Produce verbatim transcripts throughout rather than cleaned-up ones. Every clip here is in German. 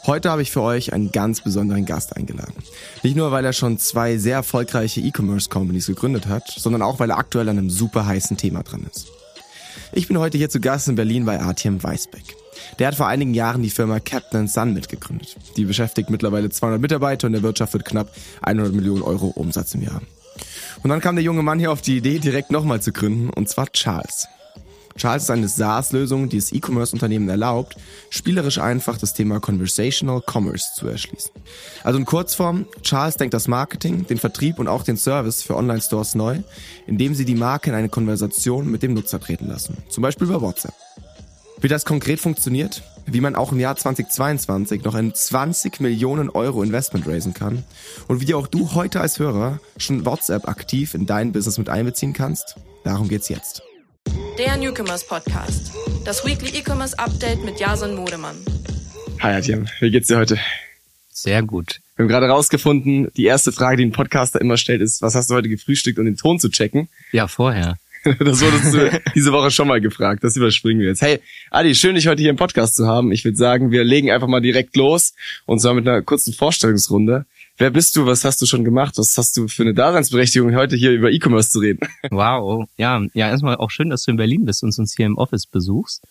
Heute habe ich für euch einen ganz besonderen Gast eingeladen. Nicht nur, weil er schon zwei sehr erfolgreiche E-Commerce-Companies gegründet hat, sondern auch, weil er aktuell an einem super heißen Thema dran ist. Ich bin heute hier zu Gast in Berlin bei Artjem Weisbeck. Der hat vor einigen Jahren die Firma Captain Sun mitgegründet. Die beschäftigt mittlerweile zweihundert Mitarbeiter und erwirtschaftet knapp hundert Millionen Euro Umsatz im Jahr. Und dann kam der junge Mann hier auf die Idee, direkt nochmal zu gründen, und zwar Charles. Charles ist eine SaaS-Lösung, die es E-Commerce-Unternehmen erlaubt, spielerisch einfach das Thema Conversational Commerce zu erschließen. Also in Kurzform, Charles denkt das Marketing, den Vertrieb und auch den Service für Online-Stores neu, indem sie die Marke in eine Konversation mit dem Nutzer treten lassen, zum Beispiel über WhatsApp. Wie das konkret funktioniert, wie man auch im Jahr zweitausendzweiundzwanzig noch ein zwanzig Millionen Euro Investment raisen kann und wie auch du heute als Hörer schon WhatsApp aktiv in dein Business mit einbeziehen kannst, darum geht's jetzt. Der Newcomers Podcast. Das Weekly E-Commerce Update mit Jason Modemann. Hi Artjem, wie geht's dir heute? Sehr gut. Wir haben gerade rausgefunden, die erste Frage, die ein Podcaster immer stellt, ist, was hast du heute gefrühstückt, um den Ton zu checken? Ja, vorher. Das wurdest du diese Woche schon mal gefragt, das überspringen wir jetzt. Hey, Adi, schön, dich heute hier im Podcast zu haben. Ich würde sagen, wir legen einfach mal direkt los, und zwar mit einer kurzen Vorstellungsrunde. Wer bist du, was hast du schon gemacht, was hast du für eine Daseinsberechtigung, heute hier über E-Commerce zu reden? Wow, ja, ja, erstmal auch schön, dass du in Berlin bist und uns hier im Office besuchst.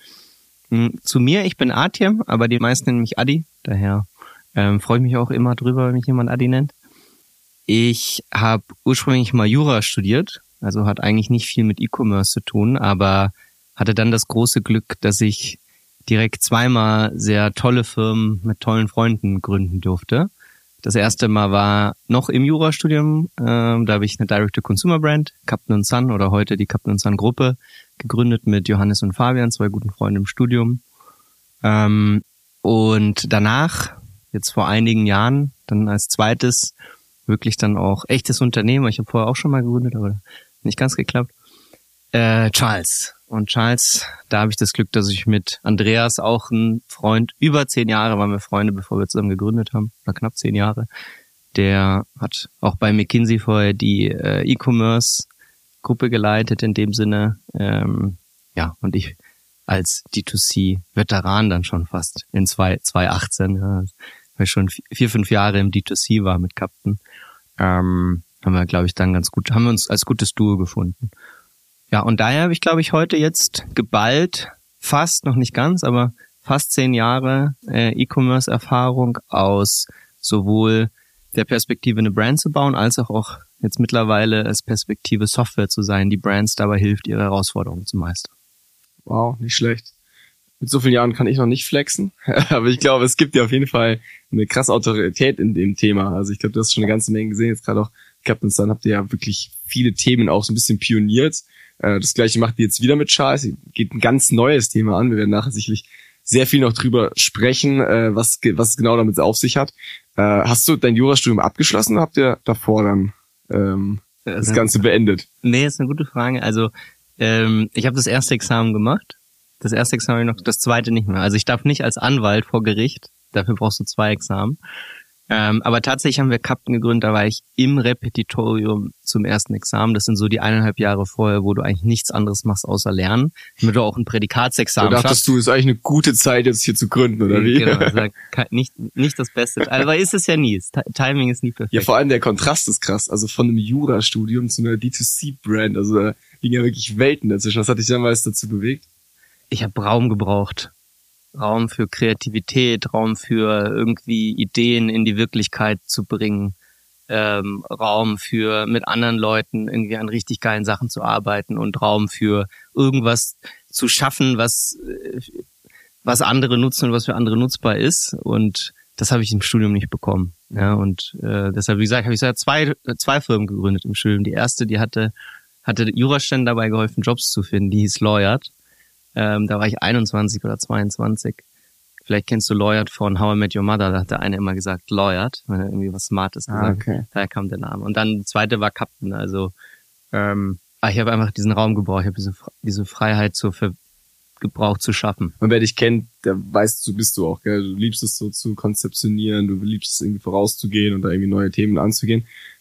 Zu mir, ich bin Artjem, aber die meisten nennen mich Adi, daher ähm, freue ich mich auch immer drüber, wenn mich jemand Adi nennt. Ich habe ursprünglich mal Jura studiert, also hat eigentlich nicht viel mit E-Commerce zu tun, aber hatte dann das große Glück, dass ich direkt zweimal sehr tolle Firmen mit tollen Freunden gründen durfte. Das erste Mal war noch im Jurastudium, ähm, da habe ich eine Direct-to-Consumer-Brand, Captain Sun, oder heute die Captain Sun Gruppe, gegründet mit Johannes und Fabian, zwei guten Freunden im Studium. Ähm, und danach, jetzt vor einigen Jahren, dann als zweites, wirklich dann auch echtes Unternehmen, ich habe vorher auch schon mal gegründet, aber nicht ganz geklappt, äh, Charles. Und Charles, da habe ich das Glück, dass ich mit Andreas, auch ein Freund, über zehn Jahre waren wir Freunde, bevor wir zusammen gegründet haben, oder knapp zehn Jahre. Der hat auch bei McKinsey vorher die äh, E-Commerce-Gruppe geleitet, in dem Sinne. Ähm, ja, und ich als D zwei C-Veteran dann schon fast in zwanzig achtzehn, ja, weil ich schon vier, fünf Jahre im D zwei C war mit Captain, ähm, haben wir, glaube ich, dann ganz gut, haben wir uns als gutes Duo gefunden. Ja, und daher habe ich, glaube ich, heute jetzt geballt, fast, noch nicht ganz, aber fast zehn Jahre äh, E-Commerce-Erfahrung aus sowohl der Perspektive, eine Brand zu bauen, als auch, auch jetzt mittlerweile als Perspektive Software zu sein, die Brands dabei hilft, ihre Herausforderungen zu meistern. Wow, nicht schlecht. Mit so vielen Jahren kann ich noch nicht flexen, aber ich glaube, es gibt ja auf jeden Fall eine krasse Autorität in dem Thema. Also ich glaube, du hast schon eine ganze Menge gesehen, jetzt gerade auch Captain Sun habt ihr ja wirklich viele Themen auch so ein bisschen pioniert. Das gleiche macht ihr jetzt wieder mit Charles. Geht ein ganz neues Thema an. Wir werden nachher sicherlich sehr viel noch drüber sprechen, was was es genau damit auf sich hat. Hast du dein Jurastudium abgeschlossen oder habt ihr davor dann ähm, das Ganze beendet? Nee, ist eine gute Frage. Also ähm, ich habe das erste Examen gemacht. Das erste Examen noch, das zweite nicht mehr. Also ich darf nicht als Anwalt vor Gericht. Dafür brauchst du zwei Examen. Ähm, aber tatsächlich haben wir Captain gegründet, da war ich im Repetitorium zum ersten Examen. Das sind so die eineinhalb Jahre vorher, wo du eigentlich nichts anderes machst außer lernen, damit du auch ein Prädikatsexamen schaffst. Da dachtest du, ist eigentlich eine gute Zeit, jetzt hier zu gründen, oder wie? Genau, also nicht, nicht das Beste. Aber ist es ja nie. Das Timing ist nie perfekt. Ja, vor allem der Kontrast ist krass. Also von einem Jurastudium zu einer D zwei C-Brand. Also da liegen ja wirklich Welten dazwischen. Was hat dich damals dazu bewegt? Ich habe Raum gebraucht. Raum für Kreativität, Raum für irgendwie Ideen in die Wirklichkeit zu bringen, ähm, Raum für mit anderen Leuten irgendwie an richtig geilen Sachen zu arbeiten und Raum für irgendwas zu schaffen, was was andere nutzen und was für andere nutzbar ist. Und das habe ich im Studium nicht bekommen. Ja, und äh, deshalb, wie gesagt, habe ich so zwei zwei Firmen gegründet im Studium. Die erste, die hatte hatte Juraständen dabei geholfen, Jobs zu finden. Die hieß Lawyered. Ähm, da war ich einundzwanzig oder zweiundzwanzig. Vielleicht kennst du Lawyered von How I Met Your Mother. Da hat der eine immer gesagt Lawyered, wenn er irgendwie was Smartes gesagt hat. Ah, okay. Daher kam der Name. Und dann die zweite war Captain. Also ähm, ich habe einfach diesen Raum gebraucht. Ich habe diese, diese Freiheit zur Ver- Gebrauch zu schaffen. Und wer dich kennt, der weiß, so bist du auch, gell? Du liebst es so zu konzeptionieren, du liebst es irgendwie vorauszugehen und da irgendwie neue Themen anzugehen.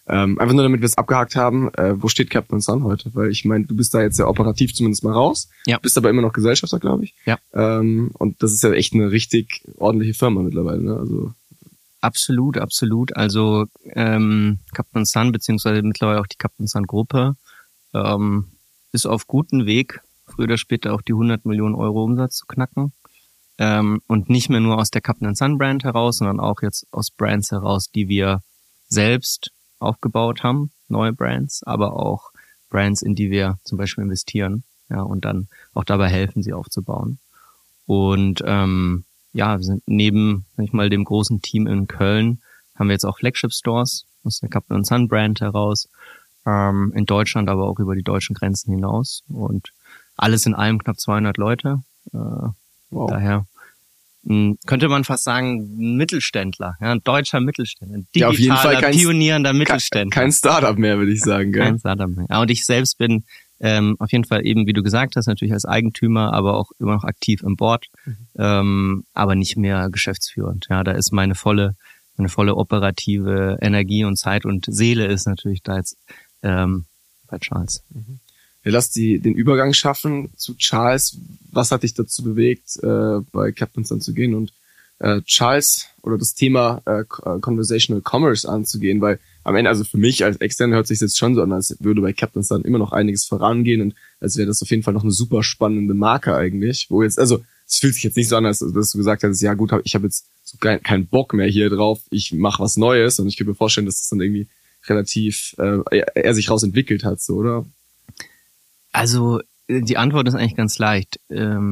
Ähm, einfach nur, damit wir es abgehakt haben, äh, wo steht Captain Sun heute? Weil ich meine, du bist da jetzt ja operativ zumindest mal raus, ja. bist aber immer noch Gesellschafter, glaube ich. Ja. Ähm, und das ist ja echt eine richtig ordentliche Firma mittlerweile, ne? Also absolut, absolut. Also ähm, Captain Sun, beziehungsweise mittlerweile auch die Captain Sun Gruppe, ähm, ist auf gutem Weg, früher oder später auch die hundert Millionen Euro Umsatz zu knacken. Ähm, und nicht mehr nur aus der Captain Sun Brand heraus, sondern auch jetzt aus Brands heraus, die wir selbst aufgebaut haben, neue Brands, aber auch Brands, in die wir zum Beispiel investieren, ja, und dann auch dabei helfen, sie aufzubauen. Und ähm, ja, wir sind neben, sag ich mal, dem großen Team in Köln, haben wir jetzt auch Flagship-Stores aus der Captain Sun Brand heraus, ähm, in Deutschland, aber auch über die deutschen Grenzen hinaus. Und alles in allem knapp zweihundert Leute. Äh, wow. Daher mh, könnte man fast sagen, ein Mittelständler, ja, ein deutscher Mittelständler, ein digitaler, ja, auf jeden Fall kein, pionierender Mittelständler. Kein Startup mehr, würde ich sagen. Gell? Kein Startup mehr. Ja, und ich selbst bin ähm, auf jeden Fall eben, wie du gesagt hast, natürlich als Eigentümer, aber auch immer noch aktiv im Board, mhm. ähm, aber nicht mehr geschäftsführend. Ja, da ist meine volle, meine volle operative Energie und Zeit und Seele ist natürlich da jetzt ähm, bei Charles. Mhm. Ja, lass die den Übergang schaffen zu Charles. Was hat dich dazu bewegt, äh, bei Captain Sun zu gehen und äh, Charles oder das Thema äh, Conversational Commerce anzugehen? Weil am Ende, also für mich als Externer hört sich jetzt schon so an, als würde bei Captain Sun immer noch einiges vorangehen und als wäre das auf jeden Fall noch eine super spannende Marke eigentlich. Wo jetzt, also es fühlt sich jetzt nicht so an, als dass du gesagt hast, ja gut, ich habe jetzt so keinen kein Bock mehr hier drauf, ich mache was Neues und ich kann mir vorstellen, dass das dann irgendwie relativ äh, er, er sich rausentwickelt hat, so, oder? Also die Antwort ist eigentlich ganz leicht.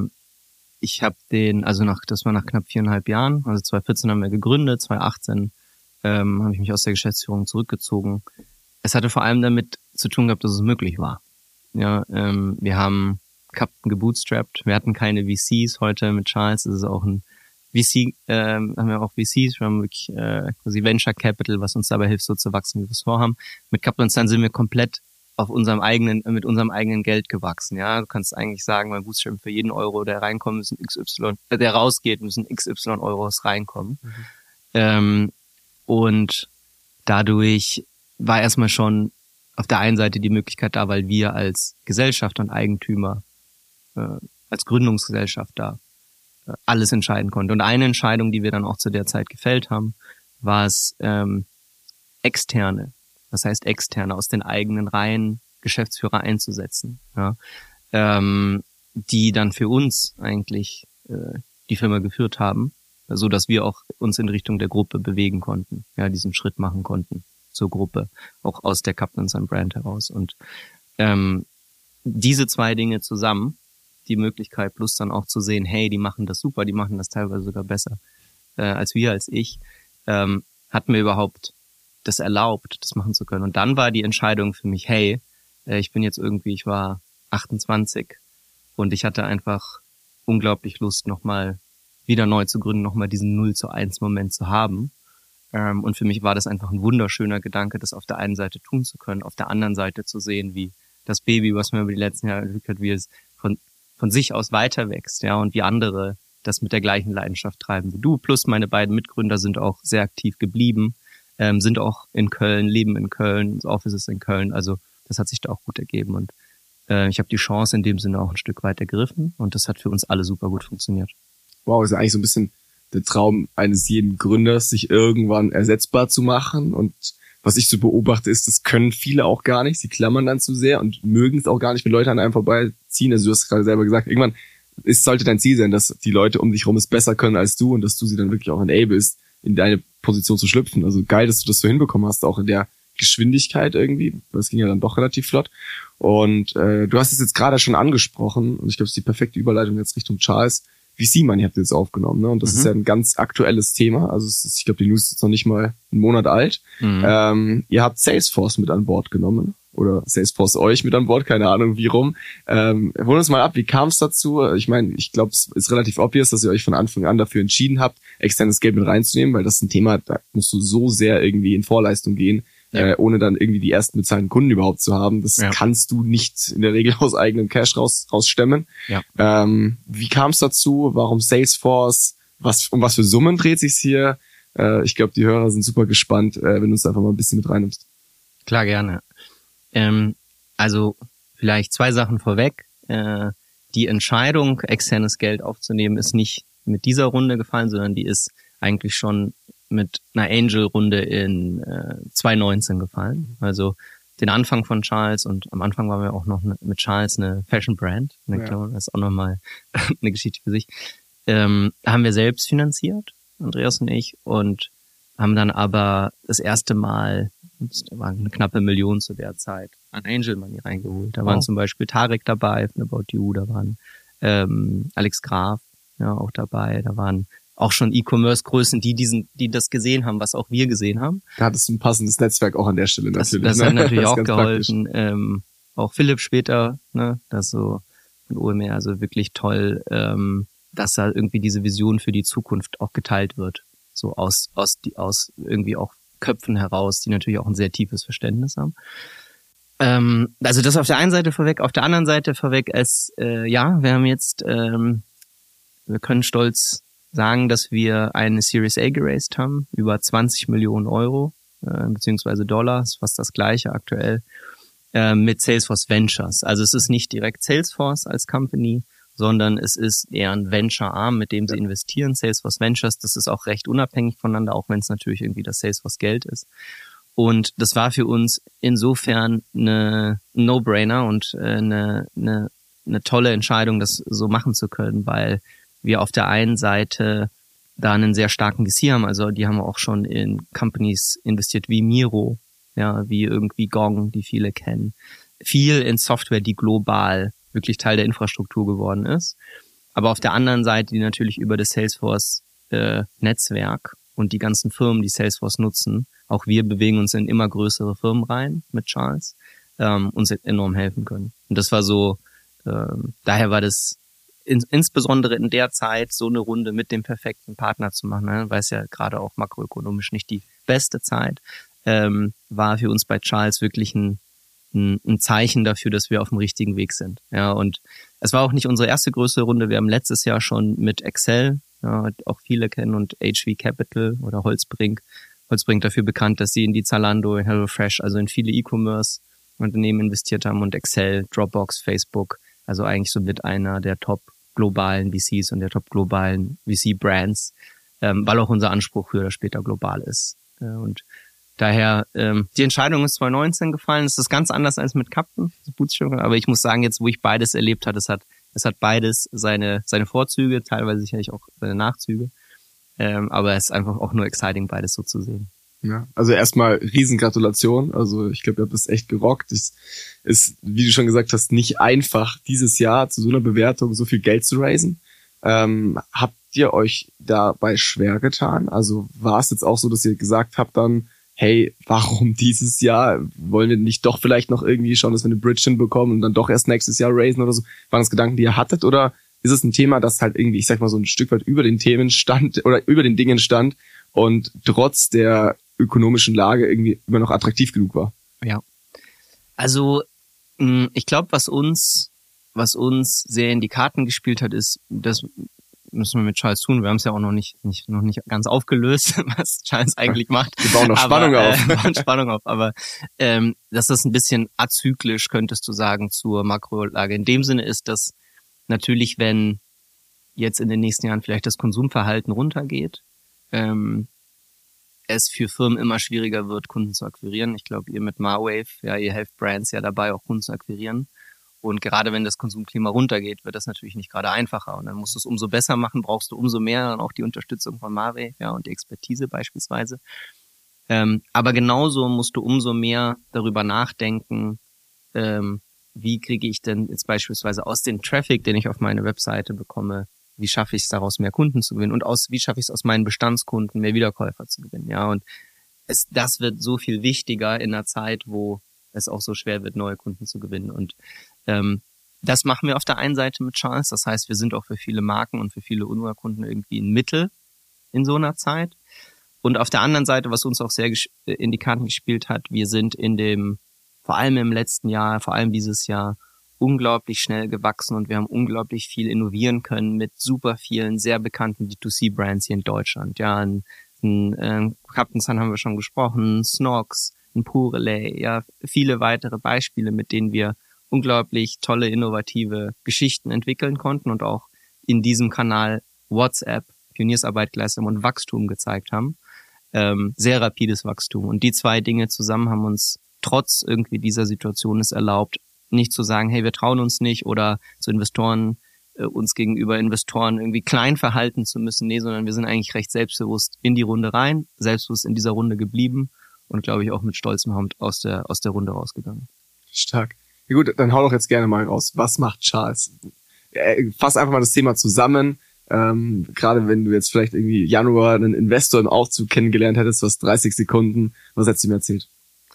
Ich habe den, also nach, das war nach knapp viereinhalb Jahren, also zwanzig vierzehn haben wir gegründet, zwanzig achtzehn ähm, habe ich mich aus der Geschäftsführung zurückgezogen. Es hatte vor allem damit zu tun gehabt, dass es möglich war. Ja, ähm, wir haben Captain gebootstrapped, wir hatten keine V Cs heute mit Charles, das ist auch ein V C, ähm, haben wir auch V Cs, wir haben wirklich äh, quasi Venture Capital, was uns dabei hilft, so zu wachsen, wie wir es vorhaben. Mit Captain Sun sind wir komplett auf unserem eigenen, mit unserem eigenen Geld gewachsen, ja. Du kannst eigentlich sagen, beim Bootstrap für jeden Euro, der reinkommt, müssen X Y, äh, der rausgeht, müssen X Y Euros reinkommen. Mhm. Ähm, und dadurch war erstmal schon auf der einen Seite die Möglichkeit da, weil wir als Gesellschaft und Eigentümer, äh, als Gründungsgesellschaft da äh, alles entscheiden konnten. Und eine Entscheidung, die wir dann auch zu der Zeit gefällt haben, war es, ähm, externe, das heißt externe aus den eigenen Reihen Geschäftsführer einzusetzen, ja, ähm, die dann für uns eigentlich äh, die Firma geführt haben, so dass wir auch uns in Richtung der Gruppe bewegen konnten, ja, diesen Schritt machen konnten zur Gruppe, auch aus der Captain Sun Brand heraus. Und ähm, diese zwei Dinge zusammen, die Möglichkeit plus dann auch zu sehen, hey, die machen das super, die machen das teilweise sogar besser äh, als wir, als ich, ähm, hat mir überhaupt das erlaubt, das machen zu können. Und dann war die Entscheidung für mich, hey, äh, ich bin jetzt irgendwie, ich war achtundzwanzig und ich hatte einfach unglaublich Lust, nochmal wieder neu zu gründen, nochmal diesen null zu eins Moment zu haben. Ähm, und für mich war das einfach ein wunderschöner Gedanke, das auf der einen Seite tun zu können, auf der anderen Seite zu sehen, wie das Baby, was man über die letzten Jahre entwickelt hat, wie es von, von sich aus weiter wächst, ja, und wie andere das mit der gleichen Leidenschaft treiben wie du. Plus meine beiden Mitgründer sind auch sehr aktiv geblieben, ähm, sind auch in Köln, leben in Köln, das Office ist in Köln, also das hat sich da auch gut ergeben und äh, ich habe die Chance in dem Sinne auch ein Stück weit ergriffen und das hat für uns alle super gut funktioniert. Wow, ist ja eigentlich so ein bisschen der Traum eines jeden Gründers, sich irgendwann ersetzbar zu machen. Und was ich so beobachte, ist, das können viele auch gar nicht. Sie klammern dann zu sehr und mögen es auch gar nicht, wenn Leute an einem vorbeiziehen. Also du hast gerade selber gesagt, irgendwann ist, sollte dein Ziel sein, dass die Leute um dich herum es besser können als du und dass du sie dann wirklich auch enablest, in deine Position zu schlüpfen. Also geil, dass du das so hinbekommen hast, auch in der Geschwindigkeit irgendwie. Das ging ja dann doch relativ flott. Und äh, du hast es jetzt gerade schon angesprochen und ich glaube, es ist die perfekte Überleitung jetzt Richtung Charles. V C-Money habt ihr jetzt aufgenommen, ne? Und das mhm. ist ja ein ganz aktuelles Thema. Also es ist, ich glaube, die News ist jetzt noch nicht mal einen Monat alt. Mhm. Ähm, ihr habt Salesforce mit an Bord genommen. Oder Salesforce euch mit an Bord, keine Ahnung wie rum. Ähm, hol uns mal ab, wie kam es dazu? Ich meine, ich glaube, es ist relativ obvious, dass ihr euch von Anfang an dafür entschieden habt, externes Geld mit reinzunehmen, weil das ist ein Thema, da musst du so sehr irgendwie in Vorleistung gehen, ja. äh, ohne dann irgendwie die ersten bezahlten Kunden überhaupt zu haben. Das ja. kannst du nicht in der Regel aus eigenem Cash raus rausstemmen. Ja. Ähm, wie kam es dazu? Warum Salesforce? Was, um was für Summen dreht sich's hier? Äh, ich glaube, die Hörer sind super gespannt, äh, wenn du uns einfach mal ein bisschen mit reinnimmst. Klar, gerne. Ähm, also vielleicht zwei Sachen vorweg. Äh, die Entscheidung, externes Geld aufzunehmen, ist nicht mit dieser Runde gefallen, sondern die ist eigentlich schon mit einer Angel-Runde in äh, zwanzig neunzehn gefallen. Also den Anfang von Charles, und am Anfang waren wir auch noch ne, mit Charles eine Fashion-Brand. Ne, ja. Das ist auch nochmal eine Geschichte für sich. Ähm, haben wir selbst finanziert, Andreas und ich, und haben dann aber das erste Mal, das war eine knappe Million zu der Zeit, an Angel Money reingeholt. Da waren oh. zum Beispiel Tarek dabei von About You, da waren ähm, Alex Graf ja auch dabei, da waren auch schon E-Commerce-Größen, die diesen, die das gesehen haben, was auch wir gesehen haben. Da hat es ein passendes Netzwerk auch an der Stelle natürlich. Das, das ne? hat natürlich das auch geholfen. Ähm, auch Philipp später, ne, das so von O M R, also wirklich toll, ähm, dass da irgendwie diese Vision für die Zukunft auch geteilt wird. So aus, aus, die, aus irgendwie auch Köpfen heraus, die natürlich auch ein sehr tiefes Verständnis haben. Ähm, also das auf der einen Seite vorweg, auf der anderen Seite vorweg ist, äh, ja, wir haben jetzt, ähm, wir können stolz sagen, dass wir eine Series A geraced haben, über zwanzig Millionen Euro, äh, beziehungsweise Dollar, ist fast das gleiche aktuell, äh, mit Salesforce Ventures. Also es ist nicht direkt Salesforce als Company, sondern es ist eher ein Venture-Arm, mit dem sie investieren. Salesforce Ventures, das ist auch recht unabhängig voneinander, auch wenn es natürlich irgendwie das Salesforce-Geld ist. Und das war für uns insofern eine No-Brainer und äh, eine, eine, eine tolle Entscheidung, das so machen zu können, weil wir auf der einen Seite da einen sehr starken V C haben, also die haben auch schon in Companies investiert wie Miro, ja, wie irgendwie Gong, die viele kennen. Viel in Software, die global wirklich Teil der Infrastruktur geworden ist. Aber auf der anderen Seite, die natürlich über das Salesforce-Netzwerk äh, und die ganzen Firmen, die Salesforce nutzen, auch wir bewegen uns in immer größere Firmen rein mit Charles, ähm, uns enorm helfen können. Und das war so, ähm, daher war das in, insbesondere in der Zeit so eine Runde mit dem perfekten Partner zu machen, ne? Weil es ja gerade auch makroökonomisch nicht die beste Zeit, ähm, war für uns bei Charles wirklich ein ein Zeichen dafür, dass wir auf dem richtigen Weg sind. Ja, und es war auch nicht unsere erste größere Runde. Wir haben letztes Jahr schon mit Excel, ja, auch viele kennen, und H V Capital oder Holzbrink. Holzbrink dafür bekannt, dass sie in die Zalando, in HelloFresh, also in viele E-Commerce-Unternehmen investiert haben, und Excel, Dropbox, Facebook, also eigentlich so mit einer der top globalen V Cs und der top globalen V C-Brands, ähm, weil auch unser Anspruch früher oder später global ist. Ja, und daher, ähm, die Entscheidung ist zwanzig neunzehn gefallen. Es ist ganz anders als mit Captain, aber ich muss sagen, jetzt, wo ich beides erlebt habe, es hat, es hat beides seine, seine Vorzüge, teilweise sicherlich auch seine Nachzüge. Ähm, aber es ist einfach auch nur exciting, beides so zu sehen. Ja, also erstmal Riesengratulation. Also ich glaube, ihr habt das echt gerockt. Es ist, wie du schon gesagt hast, nicht einfach, dieses Jahr zu so einer Bewertung so viel Geld zu raisen. Ähm, habt ihr euch dabei schwer getan? Also war es jetzt auch so, dass ihr gesagt habt dann, hey, warum dieses Jahr? Wollen wir nicht doch vielleicht noch irgendwie schauen, dass wir eine Bridge hinbekommen und dann doch erst nächstes Jahr raisen oder so? Waren das Gedanken, die ihr hattet? Oder ist es ein Thema, das halt irgendwie, ich sag mal, so ein Stück weit über den Themen stand oder über den Dingen stand und trotz der ökonomischen Lage irgendwie immer noch attraktiv genug war? Ja. Also, ich glaube, was uns, was uns sehr in die Karten gespielt hat, ist, dass müssen wir mit Charles tun. Wir haben es ja auch noch nicht, nicht, noch nicht ganz aufgelöst, was Charles eigentlich macht. Wir bauen noch Spannung aber, auf. Äh, wir bauen Spannung auf. Aber ähm, dass das ein bisschen azyklisch, könntest du sagen, zur Makrolage. In dem Sinne ist, dass natürlich, wenn jetzt in den nächsten Jahren vielleicht das Konsumverhalten runtergeht, ähm, es für Firmen immer schwieriger wird, Kunden zu akquirieren. Ich glaube, ihr mit Marwave, ja, ihr helft Brands ja dabei, auch Kunden zu akquirieren. Und gerade wenn das Konsumklima runtergeht, wird das natürlich nicht gerade einfacher. Und dann musst du es umso besser machen, brauchst du umso mehr dann auch die Unterstützung von Marwave, ja, und die Expertise beispielsweise. Ähm, aber genauso musst du umso mehr darüber nachdenken, ähm, wie kriege ich denn jetzt beispielsweise aus dem Traffic, den ich auf meine Webseite bekomme, wie schaffe ich es daraus, mehr Kunden zu gewinnen, und aus wie schaffe ich es aus meinen Bestandskunden, mehr Wiederkäufer zu gewinnen. Ja, und es, das wird so viel wichtiger in einer Zeit, wo es auch so schwer wird, neue Kunden zu gewinnen. Und ähm, das machen wir auf der einen Seite mit Charles. Das heißt, wir sind auch für viele Marken und für viele unserer Kunden irgendwie ein Mittel in so einer Zeit. Und auf der anderen Seite, was uns auch sehr in die Karten gespielt hat, wir sind in dem, vor allem im letzten Jahr, vor allem dieses Jahr, unglaublich schnell gewachsen, und wir haben unglaublich viel innovieren können mit super vielen sehr bekannten D zwei C-Brands hier in Deutschland. Ja, ein, ein äh, Captain Sun haben wir schon gesprochen, Snox, ein Purelay, ja, viele weitere Beispiele, mit denen wir unglaublich tolle, innovative Geschichten entwickeln konnten und auch in diesem Kanal WhatsApp Pioniersarbeit geleistet und Wachstum gezeigt haben. Ähm, sehr rapides Wachstum. Und die zwei Dinge zusammen haben uns trotz irgendwie dieser Situation es erlaubt, nicht zu sagen, hey, wir trauen uns nicht oder zu Investoren, äh, uns gegenüber Investoren irgendwie klein verhalten zu müssen. Nee, sondern wir sind eigentlich recht selbstbewusst in die Runde rein, selbstbewusst in dieser Runde geblieben und glaube ich auch mit stolzem Haupt aus der, aus der Runde rausgegangen. Stark. Ja gut, dann hau doch jetzt gerne mal raus. Was macht Charles? Äh, fass einfach mal das Thema zusammen. Ähm, gerade wenn du jetzt vielleicht irgendwie Januar einen Investor im Aufzug kennengelernt hättest, was dreißig Sekunden, was hättest du mir erzählt?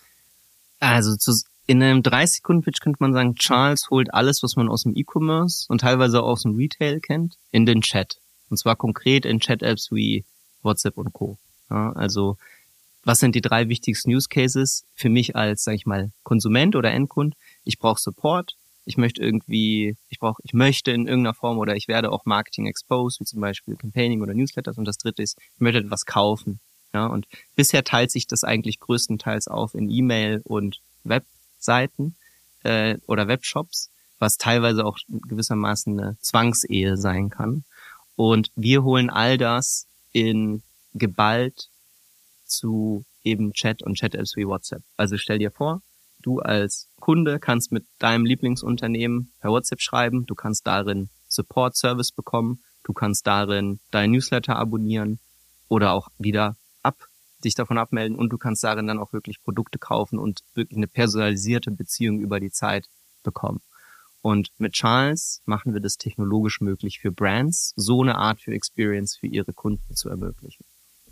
Also zu, in einem dreißig Sekunden Pitch könnte man sagen, Charles holt alles, was man aus dem E-Commerce und teilweise auch aus dem Retail kennt, in den Chat. Und zwar konkret in Chat-Apps wie WhatsApp und Co. Ja, also was sind die drei wichtigsten Use Cases für mich als, sag ich mal, Konsument oder Endkund? Ich brauche Support. Ich möchte irgendwie, ich brauche, ich möchte in irgendeiner Form oder ich werde auch Marketing exposed, wie zum Beispiel Campaigning oder Newsletters. Und das dritte ist, ich möchte etwas kaufen. Ja, und bisher teilt sich das eigentlich größtenteils auf in E-Mail und Webseiten äh, oder Webshops, was teilweise auch gewissermaßen eine Zwangsehe sein kann. Und wir holen all das in geballt zu eben Chat und Chat-Apps wie WhatsApp. Also stell dir vor, du als Kunde kannst mit deinem Lieblingsunternehmen per WhatsApp schreiben, du kannst darin Support-Service bekommen, du kannst darin dein Newsletter abonnieren oder auch wieder ab, dich davon abmelden und du kannst darin dann auch wirklich Produkte kaufen und wirklich eine personalisierte Beziehung über die Zeit bekommen. Und mit Charles machen wir das technologisch möglich für Brands, so eine Art für Experience für ihre Kunden zu ermöglichen.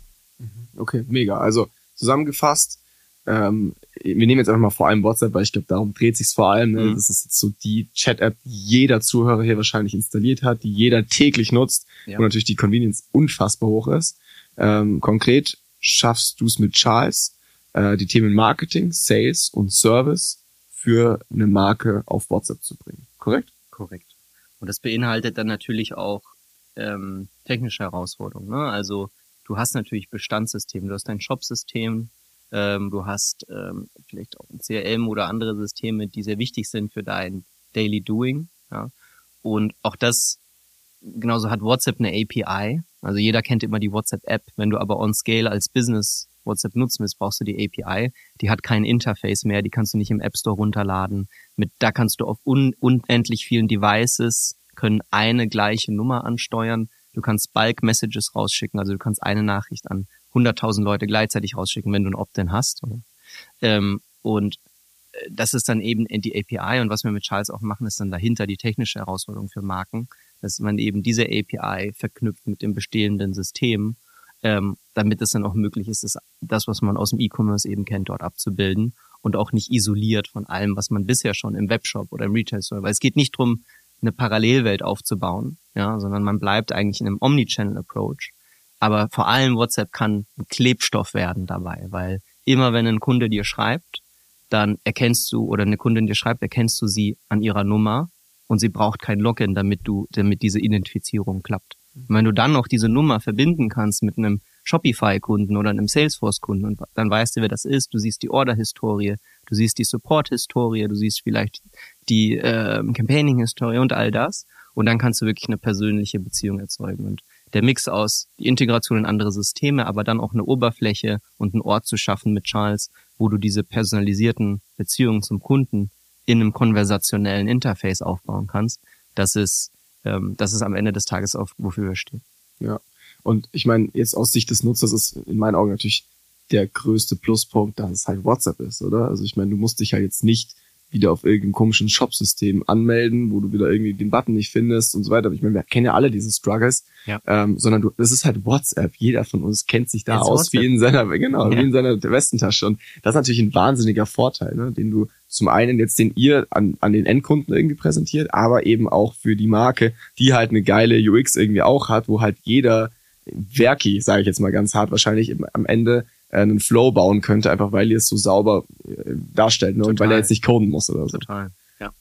Okay, mega. Also zusammengefasst, Ähm, wir nehmen jetzt einfach mal vor allem WhatsApp, weil ich glaube, darum dreht sich's vor allem. Ne? Mhm. Das ist jetzt so die Chat-App, die jeder Zuhörer hier wahrscheinlich installiert hat, die jeder täglich nutzt, ja. Und natürlich die Convenience unfassbar hoch ist. Ähm, konkret schaffst du es mit Charles, äh, die Themen Marketing, Sales und Service für eine Marke auf WhatsApp zu bringen. Korrekt? Korrekt. Und das beinhaltet dann natürlich auch ähm, technische Herausforderungen. Ne? Also du hast natürlich Bestandssysteme, du hast dein Shop-System, Ähm, du hast ähm, vielleicht auch ein C R M oder andere Systeme, die sehr wichtig sind für dein Daily Doing. Ja. Und auch das, genauso hat WhatsApp eine A P I. Also jeder kennt immer die WhatsApp-App. Wenn du aber on Scale als Business WhatsApp nutzen willst, brauchst du die A P I. Die hat kein Interface mehr, die kannst du nicht im App Store runterladen. Mit, da kannst du auf un, unendlich vielen Devices, können eine gleiche Nummer ansteuern. Du kannst Bulk-Messages rausschicken, also du kannst eine Nachricht an hunderttausend Leute gleichzeitig rausschicken, wenn du ein Opt-in hast. Oder? Ähm, und das ist dann eben die A P I. Und was wir mit Charles auch machen, ist dann dahinter die technische Herausforderung für Marken, dass man eben diese A P I verknüpft mit dem bestehenden System, ähm, damit es dann auch möglich ist, das, das, was man aus dem E-Commerce eben kennt, dort abzubilden und auch nicht isoliert von allem, was man bisher schon im Webshop oder im Retail-Store, weil es geht nicht darum, eine Parallelwelt aufzubauen, ja, sondern man bleibt eigentlich in einem Omnichannel-Approach. Aber vor allem WhatsApp kann ein Klebstoff werden dabei, weil immer wenn ein Kunde dir schreibt, dann erkennst du, oder eine Kundin dir schreibt, erkennst du sie an ihrer Nummer und sie braucht kein Login, damit du, damit diese Identifizierung klappt. Und wenn du dann noch diese Nummer verbinden kannst mit einem Shopify-Kunden oder einem Salesforce-Kunden und dann weißt du, wer das ist, du siehst die Order-Historie, du siehst die Support-Historie, du siehst vielleicht die äh, Campaigning-Historie und all das und dann kannst du wirklich eine persönliche Beziehung erzeugen. Und der Mix aus die Integration in andere Systeme, aber dann auch eine Oberfläche und einen Ort zu schaffen mit Charles, wo du diese personalisierten Beziehungen zum Kunden in einem konversationellen Interface aufbauen kannst, das ist, ähm, das ist am Ende des Tages auch, wofür wir stehen. Ja, und ich meine, jetzt aus Sicht des Nutzers ist in meinen Augen natürlich der größte Pluspunkt, dass es halt WhatsApp ist, oder? Also ich meine, du musst dich halt jetzt nicht wieder auf irgendeinem komischen Shop-System anmelden, wo du wieder irgendwie den Button nicht findest und so weiter. Aber ich meine, wir kennen ja alle diese Struggles, ja. ähm, sondern du, das ist halt WhatsApp. Jeder von uns kennt sich da Jetzt aus WhatsApp. wie in seiner, genau, Ja. wie in seiner Westentasche. Und das ist natürlich ein wahnsinniger Vorteil, ne, den du zum einen jetzt den ihr an, an den Endkunden irgendwie präsentiert, aber eben auch für die Marke, die halt eine geile U X irgendwie auch hat, wo halt jeder Werki, sage ich jetzt mal ganz hart, wahrscheinlich im, am Ende einen Flow bauen könnte, einfach weil ihr es so sauber äh, darstellt, ne? Und weil er jetzt nicht coden muss oder so. Total, ja.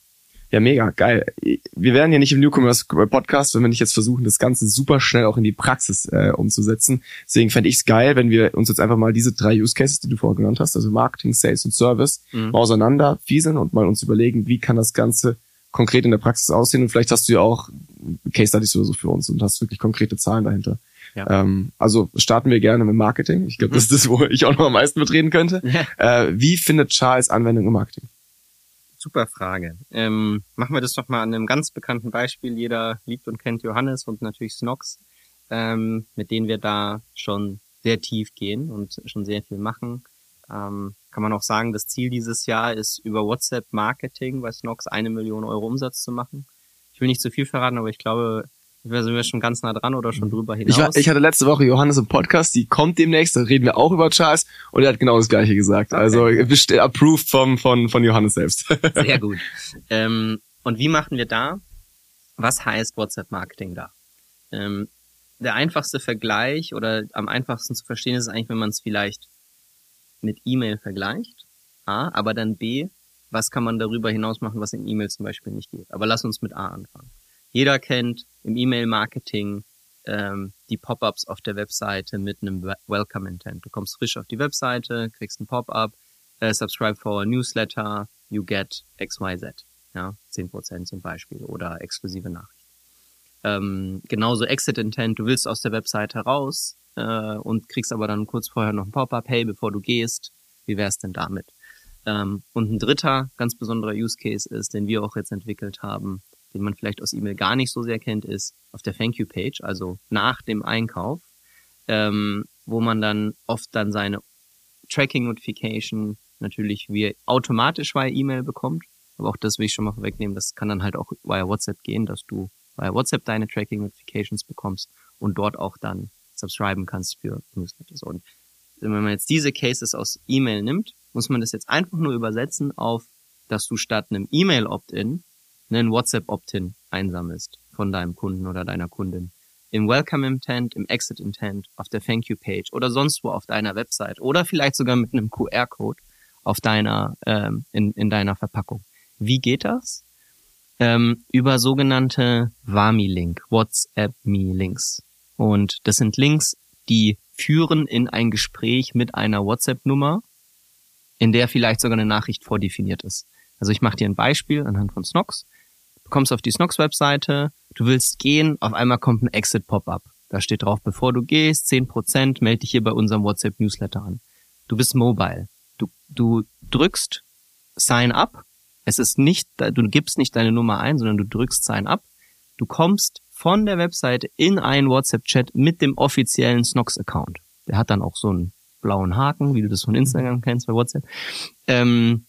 Ja, mega, geil. Wir wären ja nicht im Newcomers-Podcast, wenn wir nicht jetzt versuchen, das Ganze super schnell auch in die Praxis äh, umzusetzen. Deswegen fände ich es geil, wenn wir uns jetzt einfach mal diese drei Use Cases, die du vorher genannt hast, also Marketing, Sales und Service, mhm. mal auseinander fieseln und mal uns überlegen, wie kann das Ganze konkret in der Praxis aussehen. Und vielleicht hast du ja auch Case Studies oder so für uns und hast wirklich konkrete Zahlen dahinter. Ja. Ähm, also starten wir gerne mit Marketing. Ich glaube, mhm. das ist das, wo ich auch noch am meisten mitreden könnte. Ja. Äh, wie findet Charles Anwendung im Marketing? Super Frage. Ähm, machen wir das doch mal an einem ganz bekannten Beispiel. Jeder liebt und kennt Johannes und natürlich Snox, ähm, mit denen wir da schon sehr tief gehen und schon sehr viel machen. Ähm, kann man auch sagen, das Ziel dieses Jahr ist, über WhatsApp Marketing bei Snox eine Million Euro Umsatz zu machen. Ich will nicht zu viel verraten, aber ich glaube, wir sind wir schon ganz nah dran oder schon drüber hinaus. Ich, war, ich hatte letzte Woche Johannes im Podcast, die kommt demnächst, da reden wir auch über Charles und er hat genau das Gleiche gesagt. Okay. Also approved vom, von, von Johannes selbst. Sehr gut. Ähm, und wie machen wir da? Was heißt WhatsApp-Marketing da? Ähm, der einfachste Vergleich oder am einfachsten zu verstehen ist eigentlich, wenn man es vielleicht mit E-Mail vergleicht. A, aber dann B, was kann man darüber hinaus machen, was in E-Mail zum Beispiel nicht geht? Aber lass uns mit A anfangen. Jeder kennt im E-Mail-Marketing ähm, die Pop-ups auf der Webseite mit einem Welcome-Intent. Du kommst frisch auf die Webseite, kriegst ein Pop-up, äh, subscribe for our newsletter, you get X Y Z. Ja, zehn Prozent zum Beispiel oder exklusive Nachrichten. Ähm, genauso Exit-Intent, du willst aus der Webseite raus äh, und kriegst aber dann kurz vorher noch ein Pop-up, hey, bevor du gehst, wie wär's denn damit? Ähm, und ein dritter ganz besonderer Use-Case ist, den wir auch jetzt entwickelt haben, den man vielleicht aus E-Mail gar nicht so sehr kennt, ist auf der Thank You Page, also nach dem Einkauf, ähm, wo man dann oft dann seine Tracking Notification natürlich wie automatisch via E-Mail bekommt. Aber auch das will ich schon mal vorwegnehmen, das kann dann halt auch via WhatsApp gehen, dass du via WhatsApp deine Tracking Notifications bekommst und dort auch dann subscriben kannst für Newsletters. Und wenn man jetzt diese Cases aus E-Mail nimmt, muss man das jetzt einfach nur übersetzen auf, dass du statt einem E-Mail-Opt-in einen WhatsApp-Opt-in einsammelst von deinem Kunden oder deiner Kundin. Im Welcome-Intent, im Exit-Intent, auf der Thank-You-Page oder sonst wo auf deiner Website oder vielleicht sogar mit einem Q R-Code auf deiner, ähm, in, in deiner Verpackung. Wie geht das? Ähm, über sogenannte W A M I-Link, WhatsApp-Me-Links. Und das sind Links, die führen in ein Gespräch mit einer WhatsApp-Nummer, in der vielleicht sogar eine Nachricht vordefiniert ist. Also ich mache dir ein Beispiel anhand von Snox. Du kommst auf die Snox-Webseite, du willst gehen, auf einmal kommt ein Exit-Pop-up. Da steht drauf, bevor du gehst, zehn Prozent, melde dich hier bei unserem WhatsApp-Newsletter an. Du bist mobile. Du, du drückst Sign Up. Es ist nicht, du gibst nicht deine Nummer ein, sondern du drückst Sign Up. Du kommst von der Webseite in einen WhatsApp-Chat mit dem offiziellen Snox-Account. Der hat dann auch so einen blauen Haken, wie du das von Instagram kennst bei WhatsApp. Ähm,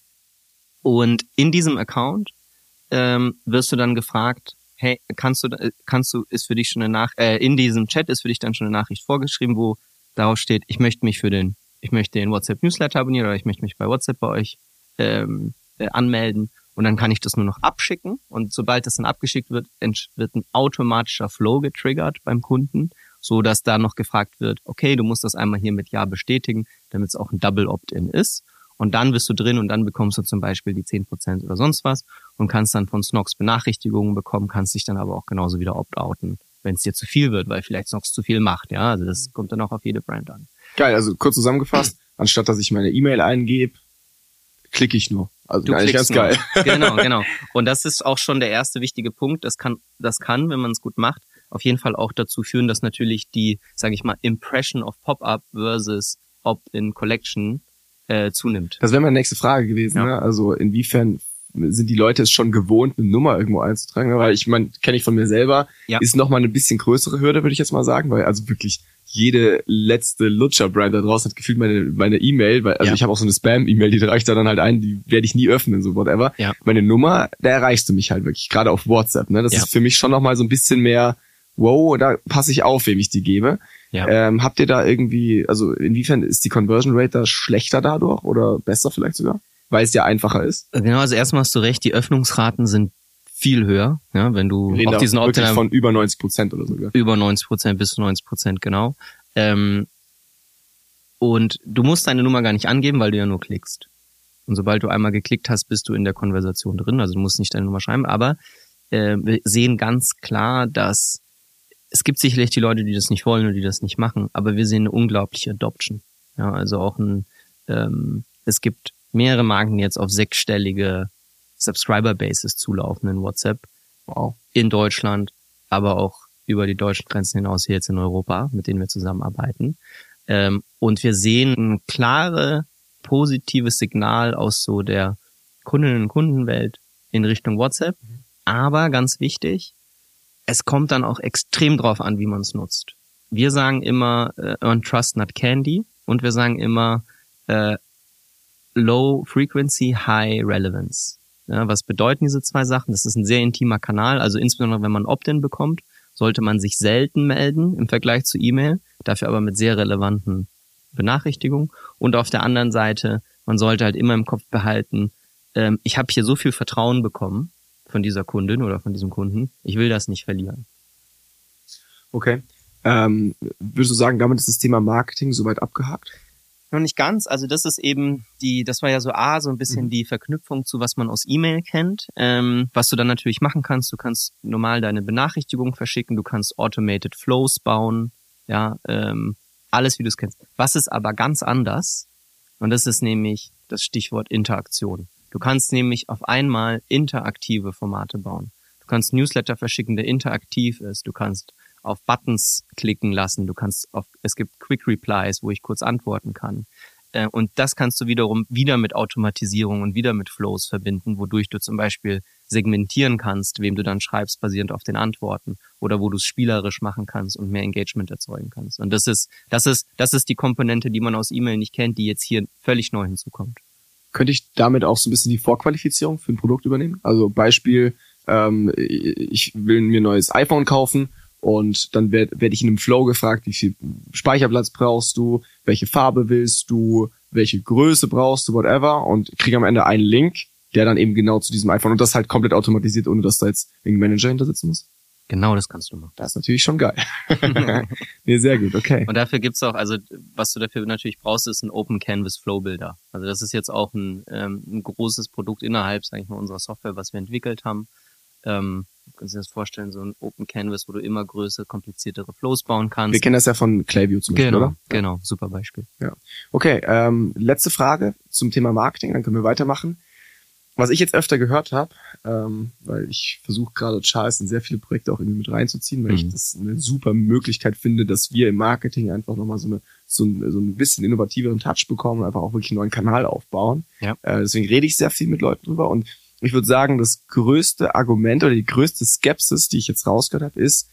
und in diesem Account ähm, wirst du dann gefragt, hey, kannst du, kannst du, ist für dich schon eine Nach, äh, in diesem Chat ist für dich dann schon eine Nachricht vorgeschrieben, wo darauf steht, ich möchte mich für den, ich möchte den WhatsApp-Newsletter abonnieren oder ich möchte mich bei WhatsApp bei euch ähm, äh, anmelden. Und dann kann ich das nur noch abschicken. Und sobald das dann abgeschickt wird, wird ein automatischer Flow getriggert beim Kunden, so dass da noch gefragt wird, okay, du musst das einmal hier mit Ja bestätigen, damit es auch ein Double Opt-in ist. Und dann bist du drin und dann bekommst du zum Beispiel die zehn Prozent oder sonst was und kannst dann von Snox Benachrichtigungen bekommen, kannst dich dann aber auch genauso wieder opt-outen, wenn es dir zu viel wird, weil vielleicht Snox zu viel macht. Ja, also das kommt dann auch auf jede Brand an. Geil, also kurz zusammengefasst, anstatt dass ich meine E-Mail eingebe, klicke ich nur. Also du eigentlich ganz nur. Geil. Genau, genau. Und das ist auch schon der erste wichtige Punkt. Das kann, das kann, wenn man es gut macht, auf jeden Fall auch dazu führen, dass natürlich die, sage ich mal, Impression of Pop-up versus Opt-in Collection äh, zunimmt. Das wäre meine nächste Frage gewesen. Ja. Ne? Also inwiefern sind die Leute es schon gewohnt, eine Nummer irgendwo einzutragen? Ne? Weil ich meine, kenne ich von mir selber, ja. Ist nochmal eine bisschen größere Hürde, würde ich jetzt mal sagen, weil also wirklich jede letzte Lutscher-Brand da draußen hat gefühlt meine meine E-Mail, weil also ja. Ich habe auch so eine Spam-E-Mail, die reicht da dann halt ein, die werde ich nie öffnen, so whatever. Ja. Meine Nummer, da erreichst du mich halt wirklich, gerade auf WhatsApp. Ne? Das ja. ist für mich schon nochmal so ein bisschen mehr, wow, da passe ich auf, wem ich die gebe. Ja. Ähm, habt ihr da irgendwie, also inwiefern ist die Conversion Rate da schlechter dadurch oder besser vielleicht sogar? Weil es ja einfacher ist. Genau, also erstmal hast du recht, die Öffnungsraten sind viel höher, ja, wenn du auf diesen Opt-in von über neunzig Prozent oder so. Ja. Über neunzig Prozent bis zu neunzig Prozent, genau. Ähm, und du musst deine Nummer gar nicht angeben, weil du ja nur klickst. Und sobald du einmal geklickt hast, bist du in der Konversation drin. Also du musst nicht deine Nummer schreiben, aber äh, wir sehen ganz klar, dass es gibt sicherlich die Leute, die das nicht wollen oder die das nicht machen, aber wir sehen eine unglaubliche Adoption. Ja, also auch ein, ähm, es gibt mehrere Marken, die jetzt auf sechsstellige Subscriber-Bases zulaufen in WhatsApp. Wow. In Deutschland, aber auch über die deutschen Grenzen hinaus hier jetzt in Europa, mit denen wir zusammenarbeiten. Ähm, und wir sehen ein klare, positives Signal aus so der Kundinnen- und Kundenwelt in Richtung WhatsApp. Mhm. Aber ganz wichtig, es kommt dann auch extrem drauf an, wie man es nutzt. Wir sagen immer, uh, earn trust, not candy. Und wir sagen immer, uh, low frequency, high relevance. Ja, was bedeuten diese zwei Sachen? Das ist ein sehr intimer Kanal. Also insbesondere, wenn man Opt-in bekommt, sollte man sich selten melden im Vergleich zu E-Mail. Dafür aber mit sehr relevanten Benachrichtigungen. Und auf der anderen Seite, man sollte halt immer im Kopf behalten, ähm, ich habe hier so viel Vertrauen bekommen von dieser Kundin oder von diesem Kunden. Ich will das nicht verlieren. Okay. Ähm, würdest du sagen, damit ist das Thema Marketing soweit abgehakt? Noch nicht ganz. Also das ist eben die, das war ja so A, so ein bisschen mhm. die Verknüpfung zu, was man aus E-Mail kennt. Ähm, was du dann natürlich machen kannst, du kannst normal deine Benachrichtigung verschicken, du kannst Automated Flows bauen, ja, ähm, alles, wie du es kennst. Was ist aber ganz anders? Und das ist nämlich das Stichwort Interaktion. Du kannst nämlich auf einmal interaktive Formate bauen. Du kannst Newsletter verschicken, der interaktiv ist. Du kannst auf Buttons klicken lassen. Du kannst auf, es gibt Quick Replies, wo ich kurz antworten kann. Äh, und das kannst du wiederum wieder mit Automatisierung und wieder mit Flows verbinden, wodurch du zum Beispiel segmentieren kannst, wem du dann schreibst, basierend auf den Antworten, oder wo du es spielerisch machen kannst und mehr Engagement erzeugen kannst. Und das ist, das ist, das ist die Komponente, die man aus E-Mail nicht kennt, die jetzt hier völlig neu hinzukommt. Könnte ich damit auch so ein bisschen die Vorqualifizierung für ein Produkt übernehmen? Also Beispiel, ähm, ich will mir ein neues iPhone kaufen und dann werde werd ich in einem Flow gefragt, wie viel Speicherplatz brauchst du, welche Farbe willst du, welche Größe brauchst du, whatever, und kriege am Ende einen Link, der dann eben genau zu diesem iPhone, und das halt komplett automatisiert, ohne dass da jetzt irgendein Manager hinter sitzen muss. Genau, das kannst du machen. Das ist natürlich schon geil. Nee, sehr gut, okay. Und dafür gibt's auch, also was du dafür natürlich brauchst, ist ein Open Canvas Flow Builder. Also das ist jetzt auch ein, ähm, ein großes Produkt innerhalb, sag ich mal, unserer Software, was wir entwickelt haben. Ähm, du kannst dir das vorstellen, so ein Open Canvas, wo du immer größere, kompliziertere Flows bauen kannst. Wir kennen das ja von Klaviyo zum Beispiel, genau, oder? Genau, super Beispiel. Ja. Okay, ähm, letzte Frage zum Thema Marketing, dann können wir weitermachen. Was ich jetzt öfter gehört habe, ähm, weil ich versuche gerade Charles in sehr viele Projekte auch irgendwie mit reinzuziehen, weil mhm. ich das eine super Möglichkeit finde, dass wir im Marketing einfach nochmal so eine so ein, so ein bisschen innovativeren Touch bekommen und einfach auch wirklich einen neuen Kanal aufbauen. Ja. Äh, deswegen rede ich sehr viel mit Leuten drüber, und ich würde sagen, das größte Argument oder die größte Skepsis, die ich jetzt rausgehört habe, ist,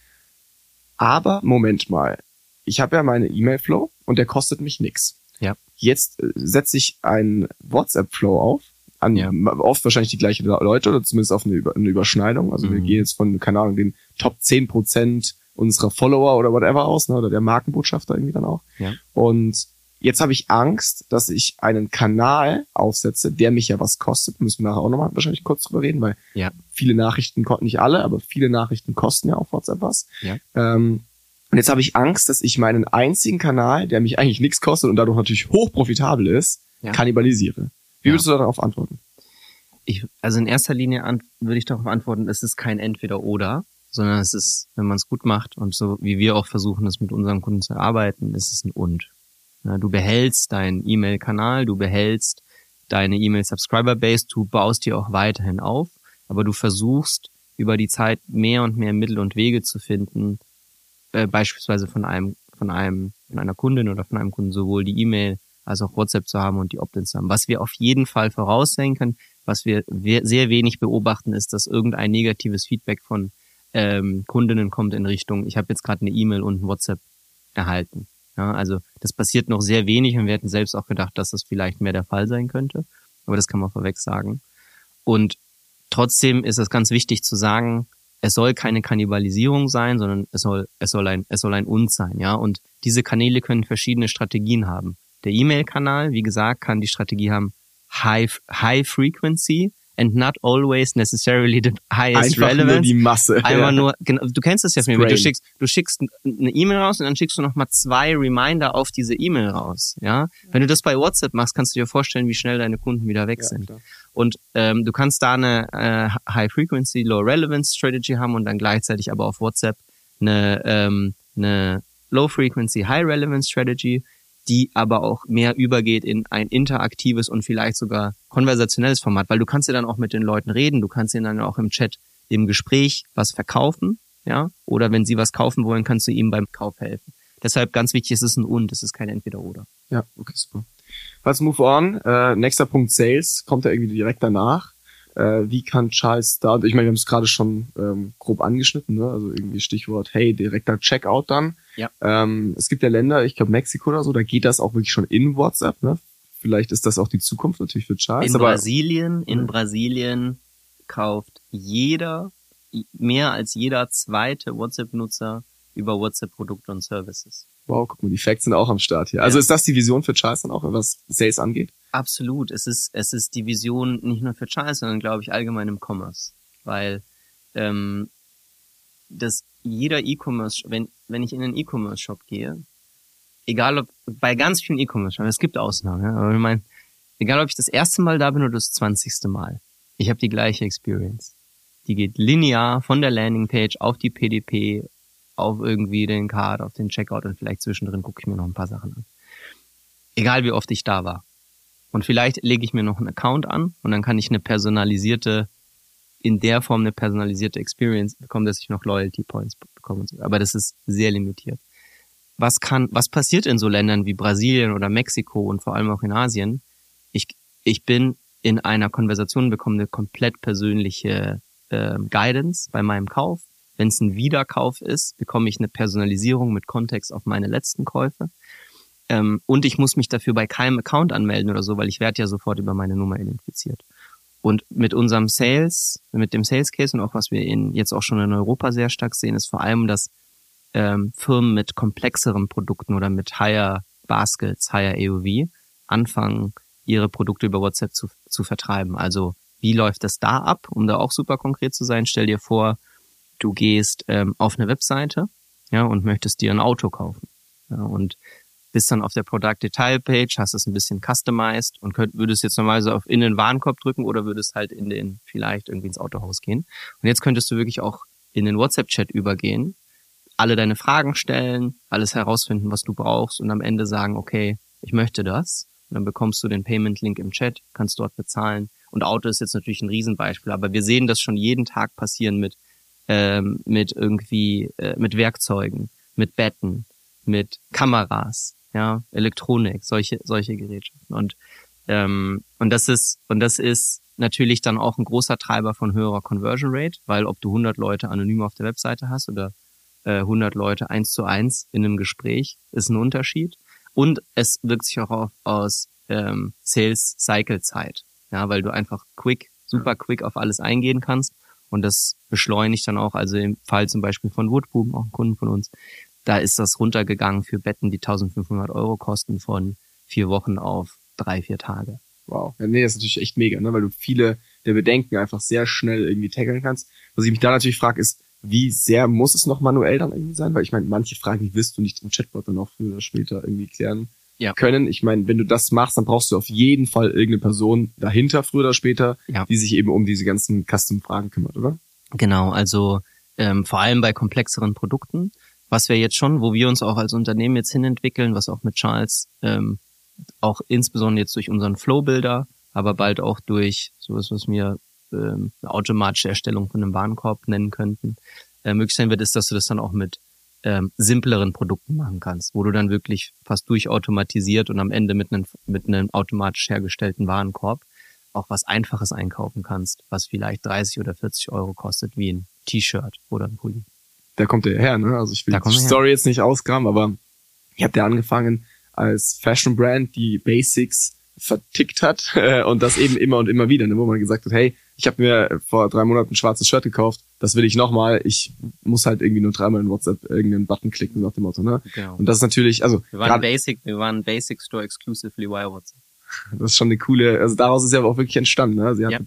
aber Moment mal, ich habe ja meine E-Mail-Flow und der kostet mich nix. Ja. Jetzt äh, setze ich einen WhatsApp-Flow auf, an ja. oft wahrscheinlich die gleichen Leute oder zumindest auf eine, Über- eine Überschneidung. Also mhm. wir gehen jetzt von, keine Ahnung, den Top zehn Prozent unserer Follower oder whatever aus, ne, oder der Markenbotschafter irgendwie dann auch. Ja. Und jetzt habe ich Angst, dass ich einen Kanal aufsetze, der mich ja was kostet. Müssen wir nachher auch nochmal wahrscheinlich kurz drüber reden, weil ja. viele Nachrichten, nicht alle, aber viele Nachrichten kosten ja auf WhatsApp was. Ja. Ähm, und jetzt habe ich Angst, dass ich meinen einzigen Kanal, der mich eigentlich nichts kostet und dadurch natürlich hochprofitabel ist, ja. kannibalisiere. Wie würdest ja. du darauf antworten? Ich, also in erster Linie an, würde ich darauf antworten, es ist kein Entweder-Oder, sondern es ist, wenn man es gut macht und so wie wir auch versuchen, es mit unseren Kunden zu erarbeiten, ist es ein Und. Ja, du behältst deinen E-Mail-Kanal, du behältst deine E-Mail-Subscriber-Base, du baust die auch weiterhin auf, aber du versuchst über die Zeit mehr und mehr Mittel und Wege zu finden, äh, beispielsweise von einem, von einem, von einer Kundin oder von einem Kunden sowohl die E-Mail als auch WhatsApp zu haben und die Opt-ins zu haben. Was wir auf jeden Fall voraussehen können, was wir sehr wenig beobachten, ist, dass irgendein negatives Feedback von ähm, Kundinnen kommt in Richtung, ich habe jetzt gerade eine E-Mail und ein WhatsApp erhalten. Ja, also das passiert noch sehr wenig und wir hätten selbst auch gedacht, dass das vielleicht mehr der Fall sein könnte. Aber das kann man vorweg sagen. Und trotzdem ist es ganz wichtig zu sagen, es soll keine Kannibalisierung sein, sondern es soll, es soll ein, es soll ein Und sein, ja. Und diese Kanäle können verschiedene Strategien haben. Der E-Mail-Kanal, wie gesagt, kann die Strategie haben, High, High Frequency and not always necessarily the highest Einfach relevance. nur die Masse. Einfach ja. nur, genau, du kennst das ja von mir, du schickst, du schickst eine E-Mail raus und dann schickst du nochmal zwei Reminder auf diese E-Mail raus, ja. Wenn du das bei WhatsApp machst, kannst du dir vorstellen, wie schnell deine Kunden wieder weg Ja, sind. klar. Und ähm, du kannst da eine äh, High-Frequency, Low-Relevance-Strategy haben und dann gleichzeitig aber auf WhatsApp eine, ähm, eine Low-Frequency, High-Relevance-Strategy, die aber auch mehr übergeht in ein interaktives und vielleicht sogar konversationelles Format, weil du kannst ja dann auch mit den Leuten reden, du kannst ihnen dann auch im Chat, im Gespräch was verkaufen, ja, oder wenn sie was kaufen wollen, kannst du ihm beim Kauf helfen. Deshalb ganz wichtig, es ist ein Und, es ist kein Entweder-Oder. Ja, okay, super. Let's move on. Äh, nächster Punkt, Sales, kommt ja irgendwie direkt danach. Äh, wie kann Charles da, ich meine, wir haben es gerade schon ähm, grob angeschnitten, ne? Also irgendwie Stichwort, hey, direkter Checkout dann. Ja. Ähm, es gibt ja Länder, ich glaube Mexiko oder so, da geht das auch wirklich schon in WhatsApp, ne? Vielleicht ist das auch die Zukunft natürlich für Charles. In aber Brasilien, in Brasilien kauft jeder, mehr als jeder zweite WhatsApp-Nutzer über WhatsApp-Produkte und Services. Wow, guck mal, die Facts sind auch am Start hier. Also Ja. ist das die Vision für Charles dann auch, was Sales angeht? Absolut. Es ist, es ist die Vision nicht nur für Charles, sondern glaube ich allgemein im Commerce. Weil, ähm, dass jeder E-Commerce, wenn, wenn ich in einen E-Commerce-Shop gehe, egal ob, bei ganz vielen E-Commerce-Shops, es gibt Ausnahmen, ja, aber ich meine, egal ob ich das erste Mal da bin oder das zwanzigste Mal, ich habe die gleiche Experience. Die geht linear von der Landingpage auf die P D P, auf irgendwie den Card, auf den Checkout und vielleicht zwischendrin gucke ich mir noch ein paar Sachen an. Egal wie oft ich da war. Und vielleicht lege ich mir noch einen Account an und dann kann ich eine personalisierte, in der Form eine personalisierte Experience bekommen, dass ich noch Loyalty Points bekomme. Aber das ist sehr limitiert. Was kann, was passiert in so Ländern wie Brasilien oder Mexiko und vor allem auch in Asien? Ich, ich bin in einer Konversation, bekomme eine komplett persönliche äh, Guidance bei meinem Kauf. Wenn es ein Wiederkauf ist, bekomme ich eine Personalisierung mit Kontext auf meine letzten Käufe. Ähm, und ich muss mich dafür bei keinem Account anmelden oder so, weil ich werde ja sofort über meine Nummer identifiziert. Und mit unserem Sales, mit dem Sales Case und auch was wir in, jetzt auch schon in Europa sehr stark sehen, ist vor allem, dass ähm, Firmen mit komplexeren Produkten oder mit Higher Baskets, Higher A O V anfangen, ihre Produkte über WhatsApp zu, zu vertreiben. Also wie läuft das da ab? Um da auch super konkret zu sein, stell dir vor, du gehst ähm, auf eine Webseite, ja, und möchtest dir ein Auto kaufen. Ja, und bist dann auf der Product Detail Page, hast es ein bisschen customized und könnt, würdest jetzt normalerweise auf in den Warenkorb drücken oder würdest halt in den, vielleicht irgendwie ins Autohaus gehen. Und jetzt könntest du wirklich auch in den WhatsApp-Chat übergehen, alle deine Fragen stellen, alles herausfinden, was du brauchst und am Ende sagen, okay, ich möchte das. Und dann bekommst du den Payment-Link im Chat, kannst dort bezahlen. Und Auto ist jetzt natürlich ein Riesenbeispiel, aber wir sehen das schon jeden Tag passieren mit ähm, mit irgendwie, äh, mit Werkzeugen, mit Betten, mit Kameras, ja, Elektronik, solche solche Gerätschaften. Und ähm, und das ist und das ist natürlich dann auch ein großer Treiber von höherer Conversion Rate, weil ob du hundert Leute anonym auf der Webseite hast oder äh, hundert Leute eins zu eins in einem Gespräch, ist ein Unterschied. Und es wirkt sich auch auf, aus ähm, Sales-Cycle-Zeit, ja, weil du einfach quick, super quick auf alles eingehen kannst und das beschleunigt dann auch, also im Fall zum Beispiel von Woodbuben, auch ein Kunden von uns, da ist das runtergegangen für Betten, die eintausendfünfhundert Euro kosten, von vier Wochen auf drei, vier Tage. Wow. Ja, nee, das ist natürlich echt mega, ne, weil du viele der Bedenken einfach sehr schnell irgendwie tackeln kannst. Was ich mich da natürlich frage, ist, wie sehr muss es noch manuell dann irgendwie sein? Weil ich meine, manche Fragen, die wirst du nicht im Chatbot dann auch früher oder später irgendwie klären ja. können. Ich meine, wenn du das machst, dann brauchst du auf jeden Fall irgendeine Person dahinter, früher oder später, ja. die sich eben um diese ganzen Custom-Fragen kümmert, oder? Genau, also ähm, vor allem bei komplexeren Produkten, was wir jetzt schon, wo wir uns auch als Unternehmen jetzt hinentwickeln, was auch mit Charles, ähm, auch insbesondere jetzt durch unseren Flow-Builder, aber bald auch durch sowas, was wir ähm, eine automatische Erstellung von einem Warenkorb nennen könnten, äh, möglich sein wird, ist, dass du das dann auch mit ähm, simpleren Produkten machen kannst, wo du dann wirklich fast durchautomatisiert und am Ende mit einem mit einem automatisch hergestellten Warenkorb auch was Einfaches einkaufen kannst, was vielleicht dreißig oder vierzig Euro kostet, wie ein T-Shirt oder ein Pulli. Da kommt der her, ne? Also ich will die Story jetzt nicht ausgraben, aber ich habe ja angefangen als Fashion-Brand, die Basics vertickt hat äh, und das eben immer und immer wieder, ne, wo man gesagt hat, hey, ich habe mir vor drei Monaten ein schwarzes Shirt gekauft, das will ich nochmal, ich muss halt irgendwie nur dreimal in WhatsApp irgendeinen Button klicken, nach dem Motto, ne? Genau. Und das ist natürlich, also wir waren Basic, wir waren Basic Store exclusively via WhatsApp. Das ist schon eine coole, also daraus ist ja auch wirklich entstanden, ne? Sie hat ja. mit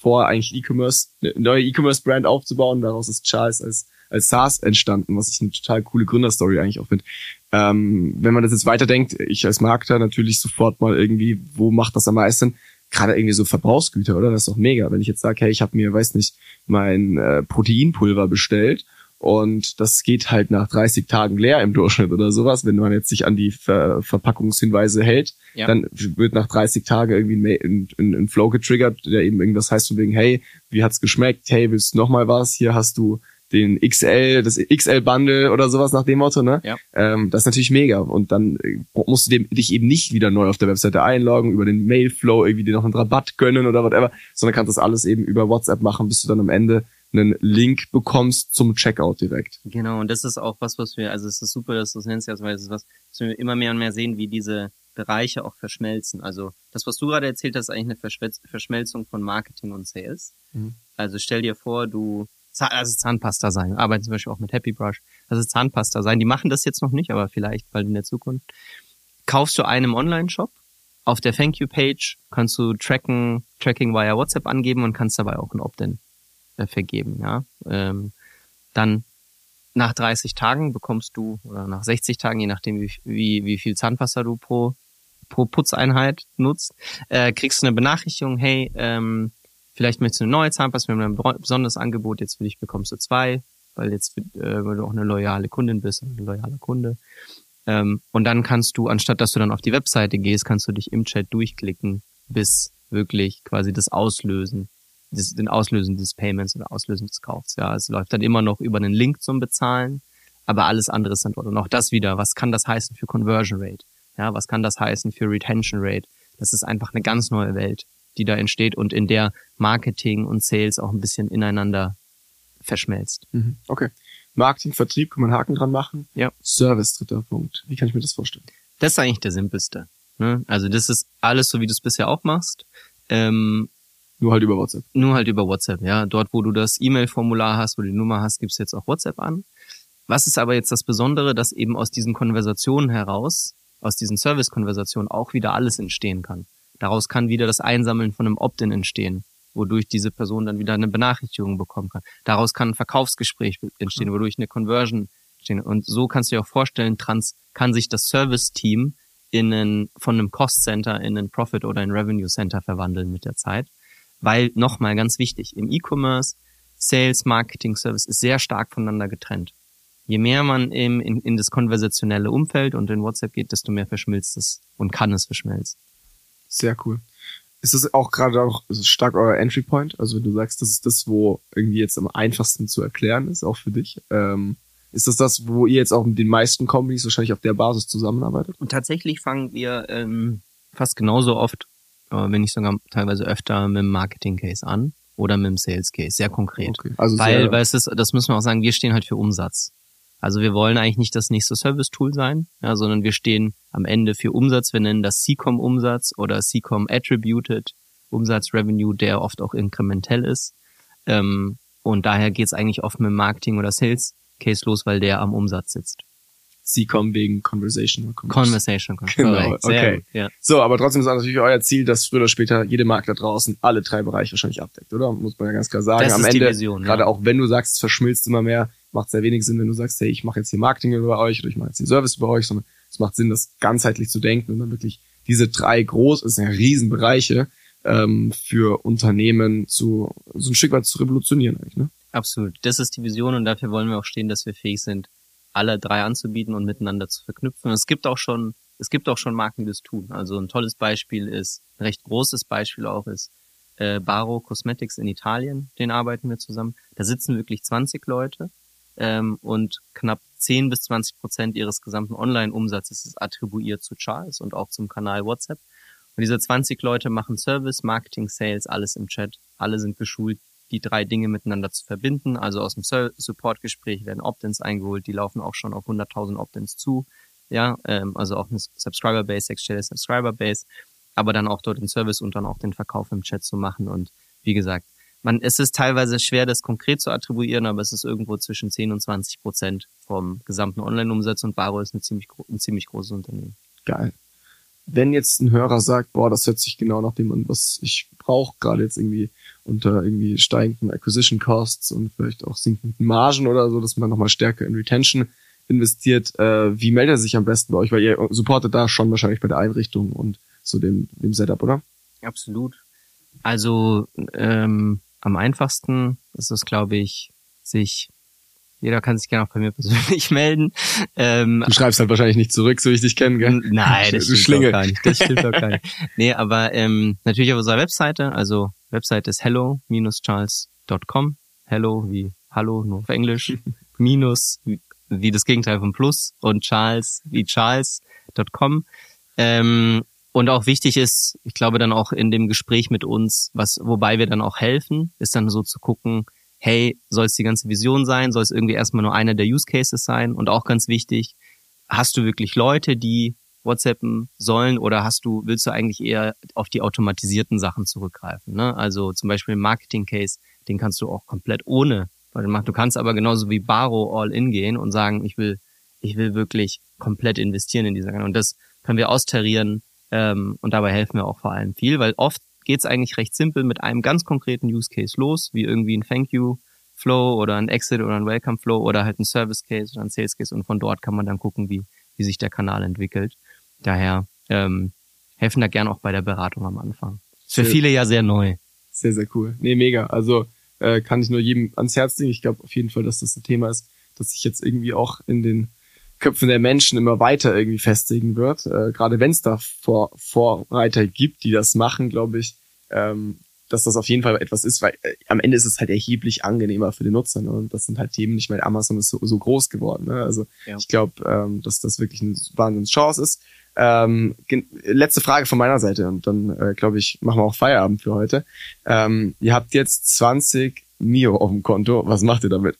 vor, eigentlich E-Commerce, eine neue E-Commerce-Brand aufzubauen. Daraus ist Charles als als SaaS entstanden, was ich eine total coole Gründerstory eigentlich auch finde. Ähm, wenn man das jetzt weiterdenkt, ich als Marketer natürlich sofort mal irgendwie, wo macht das am meisten? Gerade irgendwie so Verbrauchsgüter, oder? Das ist doch mega. Wenn ich jetzt sage, hey, ich habe mir, weiß nicht, mein äh, Proteinpulver bestellt und das geht halt nach dreißig Tagen leer im Durchschnitt oder sowas, wenn man jetzt sich an die Ver- Verpackungshinweise hält, ja. Dann wird nach dreißig Tagen irgendwie ein, ein, ein Flow getriggert, der eben irgendwas heißt von wegen, hey, wie hat's geschmeckt? Hey, willst du noch mal was? Hier hast du den X L, das X L-Bundle oder sowas nach dem Motto, ne? Ja. Ähm, das ist natürlich mega. Und dann musst du dem, dich eben nicht wieder neu auf der Webseite einloggen, über den Mailflow irgendwie dir noch einen Rabatt gönnen oder whatever, sondern kannst das alles eben über WhatsApp machen, bis du dann am Ende einen Link bekommst zum Checkout direkt. Genau, und das ist auch was, was wir, also es ist super, dass du es nennst, weil es ist was, was wir immer mehr und mehr sehen, wie diese Bereiche auch verschmelzen. Also das, was du gerade erzählt hast, ist eigentlich eine Verschmelzung von Marketing und Sales. Mhm. Also stell dir vor, du also Zahnpasta sein. Wir arbeiten zum Beispiel auch mit Happy Brush. Also Zahnpasta sein. Die machen das jetzt noch nicht, aber vielleicht bald in der Zukunft. Kaufst du einen im Online-Shop. Auf der Thank You Page kannst du tracken, Tracking via WhatsApp angeben und kannst dabei auch ein Opt-in äh, vergeben. Ja, ähm, dann nach dreißig Tagen bekommst du, oder nach sechzig Tagen, je nachdem wie, wie, wie viel Zahnpasta du pro, pro Putzeinheit nutzt, äh, kriegst du eine Benachrichtigung, hey, ähm, vielleicht möchtest du eine neue Zahnpasta, wir haben ein besonderes Angebot, jetzt für dich bekommst du zwei, weil jetzt äh, weil du auch eine loyale Kundin bist, ein loyaler Kunde. Ähm, und dann kannst du, anstatt dass du dann auf die Webseite gehst, kannst du dich im Chat durchklicken, bis wirklich quasi das Auslösen, das, den Auslösen des Payments oder Auslösen des Kaufs. Ja, es läuft dann immer noch über einen Link zum Bezahlen, aber alles andere ist dann dort. Und auch das wieder, was kann das heißen für Conversion Rate? Ja, was kann das heißen für Retention Rate? Das ist einfach eine ganz neue Welt, die da entsteht und in der Marketing und Sales auch ein bisschen ineinander verschmelzt. Okay. Marketing, Vertrieb, kann man einen Haken dran machen. Ja. Service, dritter Punkt. Wie kann ich mir das vorstellen? Das ist eigentlich der simpelste. Ne? Also das ist alles so, wie du es bisher auch machst. Ähm, nur halt über WhatsApp. Nur halt über WhatsApp, ja. Dort, wo du das E-Mail-Formular hast, wo du die Nummer hast, gibst du jetzt auch WhatsApp an. Was ist aber jetzt das Besondere, dass eben aus diesen Konversationen heraus, aus diesen Service-Konversationen auch wieder alles entstehen kann. Daraus kann wieder das Einsammeln von einem Opt-in entstehen, wodurch diese Person dann wieder eine Benachrichtigung bekommen kann. Daraus kann ein Verkaufsgespräch entstehen, wodurch eine Conversion entstehen. Und so kannst du dir auch vorstellen, trans kann sich das Service-Team in einen, von einem Cost-Center in ein Profit- oder ein Revenue-Center verwandeln mit der Zeit. Weil, nochmal ganz wichtig, im E-Commerce, Sales, Marketing, Service ist sehr stark voneinander getrennt. Je mehr man im, in, in das konversationelle Umfeld und in WhatsApp geht, desto mehr verschmilzt es und kann es verschmelzen. Sehr cool. Ist das auch gerade auch stark euer Entry Point? Also wenn du sagst, das ist das, wo irgendwie jetzt am einfachsten zu erklären ist, auch für dich. Ähm, ist das das, wo ihr jetzt auch mit den meisten Companies wahrscheinlich auf der Basis zusammenarbeitet? Und tatsächlich fangen wir ähm, fast genauso oft, äh, wenn nicht sogar teilweise öfter, mit dem Marketing Case an oder mit dem Sales Case, sehr konkret. Okay. Also weil, weil es ist, das müssen wir auch sagen, wir stehen halt für Umsatz. Also wir wollen eigentlich nicht das nächste Service-Tool sein, ja, sondern wir stehen am Ende für Umsatz. Wir nennen das C COM Umsatz oder C COM Attributed Umsatz Revenue, der oft auch inkrementell ist. Ähm, und daher geht es eigentlich oft mit dem Marketing oder Sales Case los, weil der am Umsatz sitzt. C COM wegen Conversational Commerce. Conversational Commerce. Genau, okay. Gut, ja. So, aber trotzdem ist natürlich euer Ziel, dass früher oder später jede Marke da draußen alle drei Bereiche wahrscheinlich abdeckt, oder? Muss man ja ganz klar sagen. Das am ist Ende, die Vision, gerade ja. Auch wenn du sagst, es verschmilzt immer mehr, macht sehr wenig Sinn, wenn du sagst, hey, ich mache jetzt hier Marketing über euch oder ich mache jetzt hier Service über euch, sondern es macht Sinn, das ganzheitlich zu denken und dann wirklich diese drei groß, das sind ja Riesenbereiche, ähm, für Unternehmen zu so ein Stück weit zu revolutionieren eigentlich, ne? Absolut. Das ist die Vision und dafür wollen wir auch stehen, dass wir fähig sind, alle drei anzubieten und miteinander zu verknüpfen. Und es gibt auch schon, es gibt auch schon Marken, die das tun. Also ein tolles Beispiel ist, ein recht großes Beispiel auch ist, äh, Baro Cosmetics in Italien, den arbeiten wir zusammen. Da sitzen wirklich zwanzig Leute. Ähm, und knapp zehn bis zwanzig Prozent ihres gesamten Online-Umsatzes ist attribuiert zu Charles und auch zum Kanal WhatsApp. Und diese zwanzig Leute machen Service, Marketing, Sales, alles im Chat. Alle sind geschult, die drei Dinge miteinander zu verbinden. Also aus dem Support-Gespräch werden Opt-ins eingeholt, die laufen auch schon auf hunderttausend Opt-ins zu. Ja, ähm, also auch eine Subscriber-Base, sechsstellige Subscriber-Base, aber dann auch dort den Service und dann auch den Verkauf im Chat zu machen. Und wie gesagt, Man, es ist teilweise schwer, das konkret zu attribuieren, aber es ist irgendwo zwischen zehn und zwanzig Prozent vom gesamten Online-Umsatz und Baro ist eine ziemlich, ein ziemlich großes Unternehmen. Geil. wenn jetzt ein Hörer sagt, boah, das hört sich genau nach dem an, was ich brauche, gerade jetzt irgendwie unter irgendwie steigenden Acquisition Costs und vielleicht auch sinkenden Margen oder so, dass man nochmal stärker in Retention investiert, äh, wie meldet er sich am besten bei euch? Weil ihr supportet da schon wahrscheinlich bei der Einrichtung und so dem, dem Setup, oder? Absolut. Also ähm, am einfachsten ist es, glaube ich, sich, jeder kann sich gerne auch bei mir persönlich melden. Ähm, du schreibst halt wahrscheinlich nicht zurück, so wie ich dich kenne, gell? Nein, das stimmt doch gar nicht. Das stimmt doch gar nicht. Nee, aber ähm, natürlich auf unserer Webseite, also Webseite ist hello dash charles dot com. Hello wie Hallo, nur auf Englisch. Minus wie, wie das Gegenteil von Plus und Charles wie Charles dot com. Ähm, und auch wichtig ist, ich glaube dann auch in dem Gespräch mit uns, was, wobei wir dann auch helfen, ist dann so zu gucken, hey, soll es die ganze Vision sein? Soll es irgendwie erstmal nur einer der Use Cases sein? Und auch ganz wichtig, hast du wirklich Leute, die WhatsAppen sollen oder hast du, willst du eigentlich eher auf die automatisierten Sachen zurückgreifen? Ne? Also zum Beispiel im Marketing Case, den kannst du auch komplett ohne. Du kannst aber genauso wie Baro all in gehen und sagen, ich will, ich will wirklich komplett investieren in diese Kanäle. Und das können wir austarieren ähm, und dabei helfen wir auch vor allem viel, weil oft geht's eigentlich recht simpel mit einem ganz konkreten Use Case los, wie irgendwie ein Thank You Flow oder ein Exit oder ein Welcome Flow oder halt ein Service Case oder ein Sales Case und von dort kann man dann gucken, wie wie sich der Kanal entwickelt. Daher ähm, helfen da gern auch bei der Beratung am Anfang. Ist für viele ja sehr neu. Sehr, sehr cool. Nee, mega. Also äh, kann ich nur jedem ans Herz legen. Ich glaube auf jeden Fall, dass das ein Thema ist, das sich jetzt irgendwie auch in den Köpfen der Menschen immer weiter irgendwie festigen wird. Äh, gerade wenn es da Vor- Vorreiter gibt, die das machen, glaube ich, ähm, dass das auf jeden Fall etwas ist, weil äh, am Ende ist es halt erheblich angenehmer für den Nutzer. Ne? Und das sind halt Themen, nicht mehr Amazon ist so, so groß geworden. Ne? Also ja. Ich glaube, ähm, dass das wirklich eine Wahnsinnschance ist. Ähm, gen- letzte Frage von meiner Seite und dann, äh, glaube ich, machen wir auch Feierabend für heute. Ähm, ihr habt jetzt zwanzig Mio auf dem Konto. Was macht ihr damit?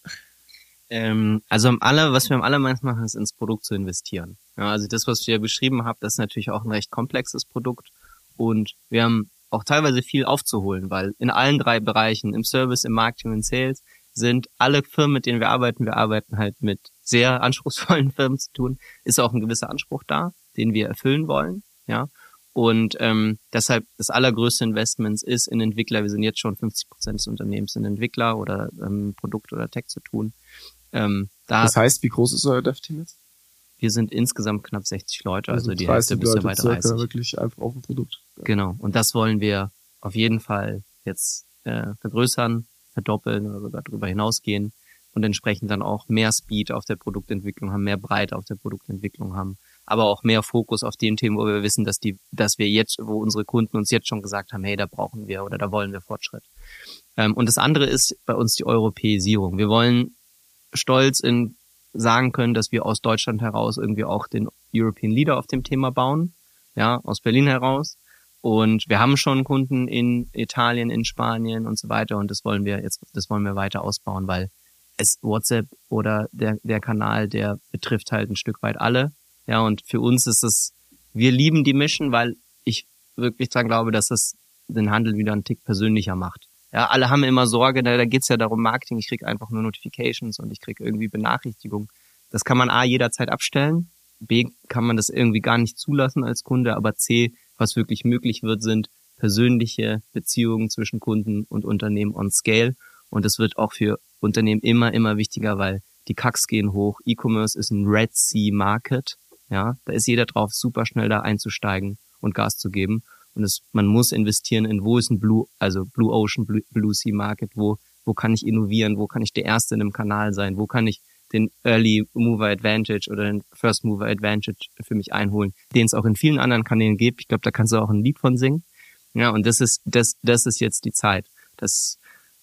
Ähm, also am aller, was wir am allermeisten machen, ist ins Produkt zu investieren. Ja, also das, was ich ja beschrieben habe, das ist natürlich auch ein recht komplexes Produkt und wir haben auch teilweise viel aufzuholen, weil in allen drei Bereichen, im Service, im Marketing und Sales, sind alle Firmen, mit denen wir arbeiten, wir arbeiten halt mit sehr anspruchsvollen Firmen zu tun, ist auch ein gewisser Anspruch da, den wir erfüllen wollen, ja. Und ähm, deshalb das allergrößte Investment ist in Entwickler. Wir sind jetzt schon fünfzig Prozent des Unternehmens in Entwickler oder ähm, Produkt oder Tech zu tun. Ähm, da das heißt, wie groß ist euer Dev-Team jetzt? Wir sind insgesamt knapp sechzig Leute, also, also die Hälfte bis Leute bei dreißig. Wirklich einfach auf dem Produkt. Ja. Genau. Und das wollen wir auf jeden Fall jetzt äh, vergrößern, verdoppeln oder sogar darüber hinausgehen und entsprechend dann auch mehr Speed auf der Produktentwicklung haben, mehr Breite auf der Produktentwicklung haben, aber auch mehr Fokus auf den Themen, wo wir wissen, dass die, dass wir jetzt, wo unsere Kunden uns jetzt schon gesagt haben, hey, da brauchen wir oder da wollen wir Fortschritt. Ähm, und das andere ist bei uns die Europäisierung. Wir wollen stolz in sagen können, dass wir aus Deutschland heraus irgendwie auch den European Leader auf dem Thema bauen, ja, aus Berlin heraus. Und wir haben schon Kunden in Italien, in Spanien und so weiter. Und das wollen wir jetzt, das wollen wir weiter ausbauen, weil es WhatsApp oder der, der Kanal, der betrifft halt ein Stück weit alle. Ja, und für uns ist es, wir lieben die Mission, weil ich wirklich dran glaube, dass es den Handel wieder einen Tick persönlicher macht. Ja, alle haben immer Sorge, da, da geht's ja darum, Marketing, ich krieg einfach nur Notifications und ich krieg irgendwie Benachrichtigungen. Das kann man A, jederzeit abstellen, B, kann man das irgendwie gar nicht zulassen als Kunde, aber C, was wirklich möglich wird, sind persönliche Beziehungen zwischen Kunden und Unternehmen on Scale. Und das wird auch für Unternehmen immer, immer wichtiger, weil die C A Cs gehen hoch. E-Commerce ist ein Red Sea Market. Ja, da ist jeder drauf, super schnell da einzusteigen und Gas zu geben. Und es, man muss investieren in, wo ist ein Blue, also Blue Ocean, Blue, Blue Sea Market, wo, wo kann ich innovieren, wo kann ich der Erste in einem Kanal sein, wo kann ich den Early Mover Advantage oder den First Mover Advantage für mich einholen, den es auch in vielen anderen Kanälen gibt. Ich glaube, da kannst du auch ein Lied von singen. Ja, und das ist, das, das ist jetzt die Zeit. Das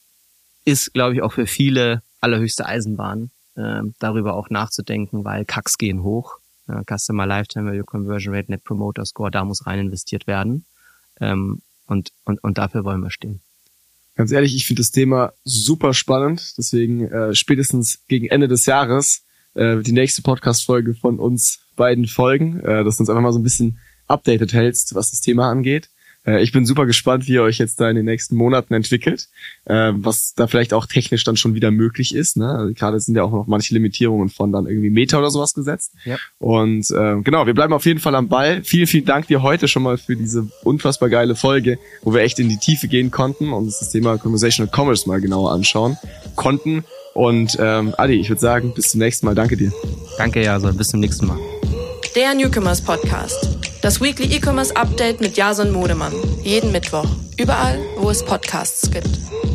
ist, glaube ich, auch für viele allerhöchste Eisenbahn, äh, darüber auch nachzudenken, weil C A Cs gehen hoch. Ja, Customer Lifetime Value, Conversion Rate, Net Promoter Score, da muss rein investiert werden. Ähm, und, und, und dafür wollen wir stehen. Ganz ehrlich, ich finde das Thema super spannend. Deswegen äh, spätestens gegen Ende des Jahres äh, wird die nächste Podcast-Folge von uns beiden folgen, äh, dass du uns einfach mal so ein bisschen updated hältst, was das Thema angeht. Äh, ich bin super gespannt, wie ihr euch jetzt da in den nächsten Monaten entwickelt, äh, was da vielleicht auch technisch dann schon wieder möglich ist. Ne? Also gerade sind ja auch noch manche Limitierungen von dann irgendwie Meta oder sowas gesetzt. Ja. Und äh, genau, wir bleiben auf jeden Fall am Ball. Vielen, vielen Dank dir heute schon mal für diese unfassbar geile Folge, wo wir echt in die Tiefe gehen konnten und uns das Thema Conversational Commerce mal genauer anschauen konnten. Und ähm, Adi, ich würde sagen, bis zum nächsten Mal. Danke dir. Danke, Jason. Bis zum nächsten Mal. Der Newcomers Podcast. Das Weekly E-Commerce Update mit Jason Modemann. Jeden Mittwoch. Überall, wo es Podcasts gibt.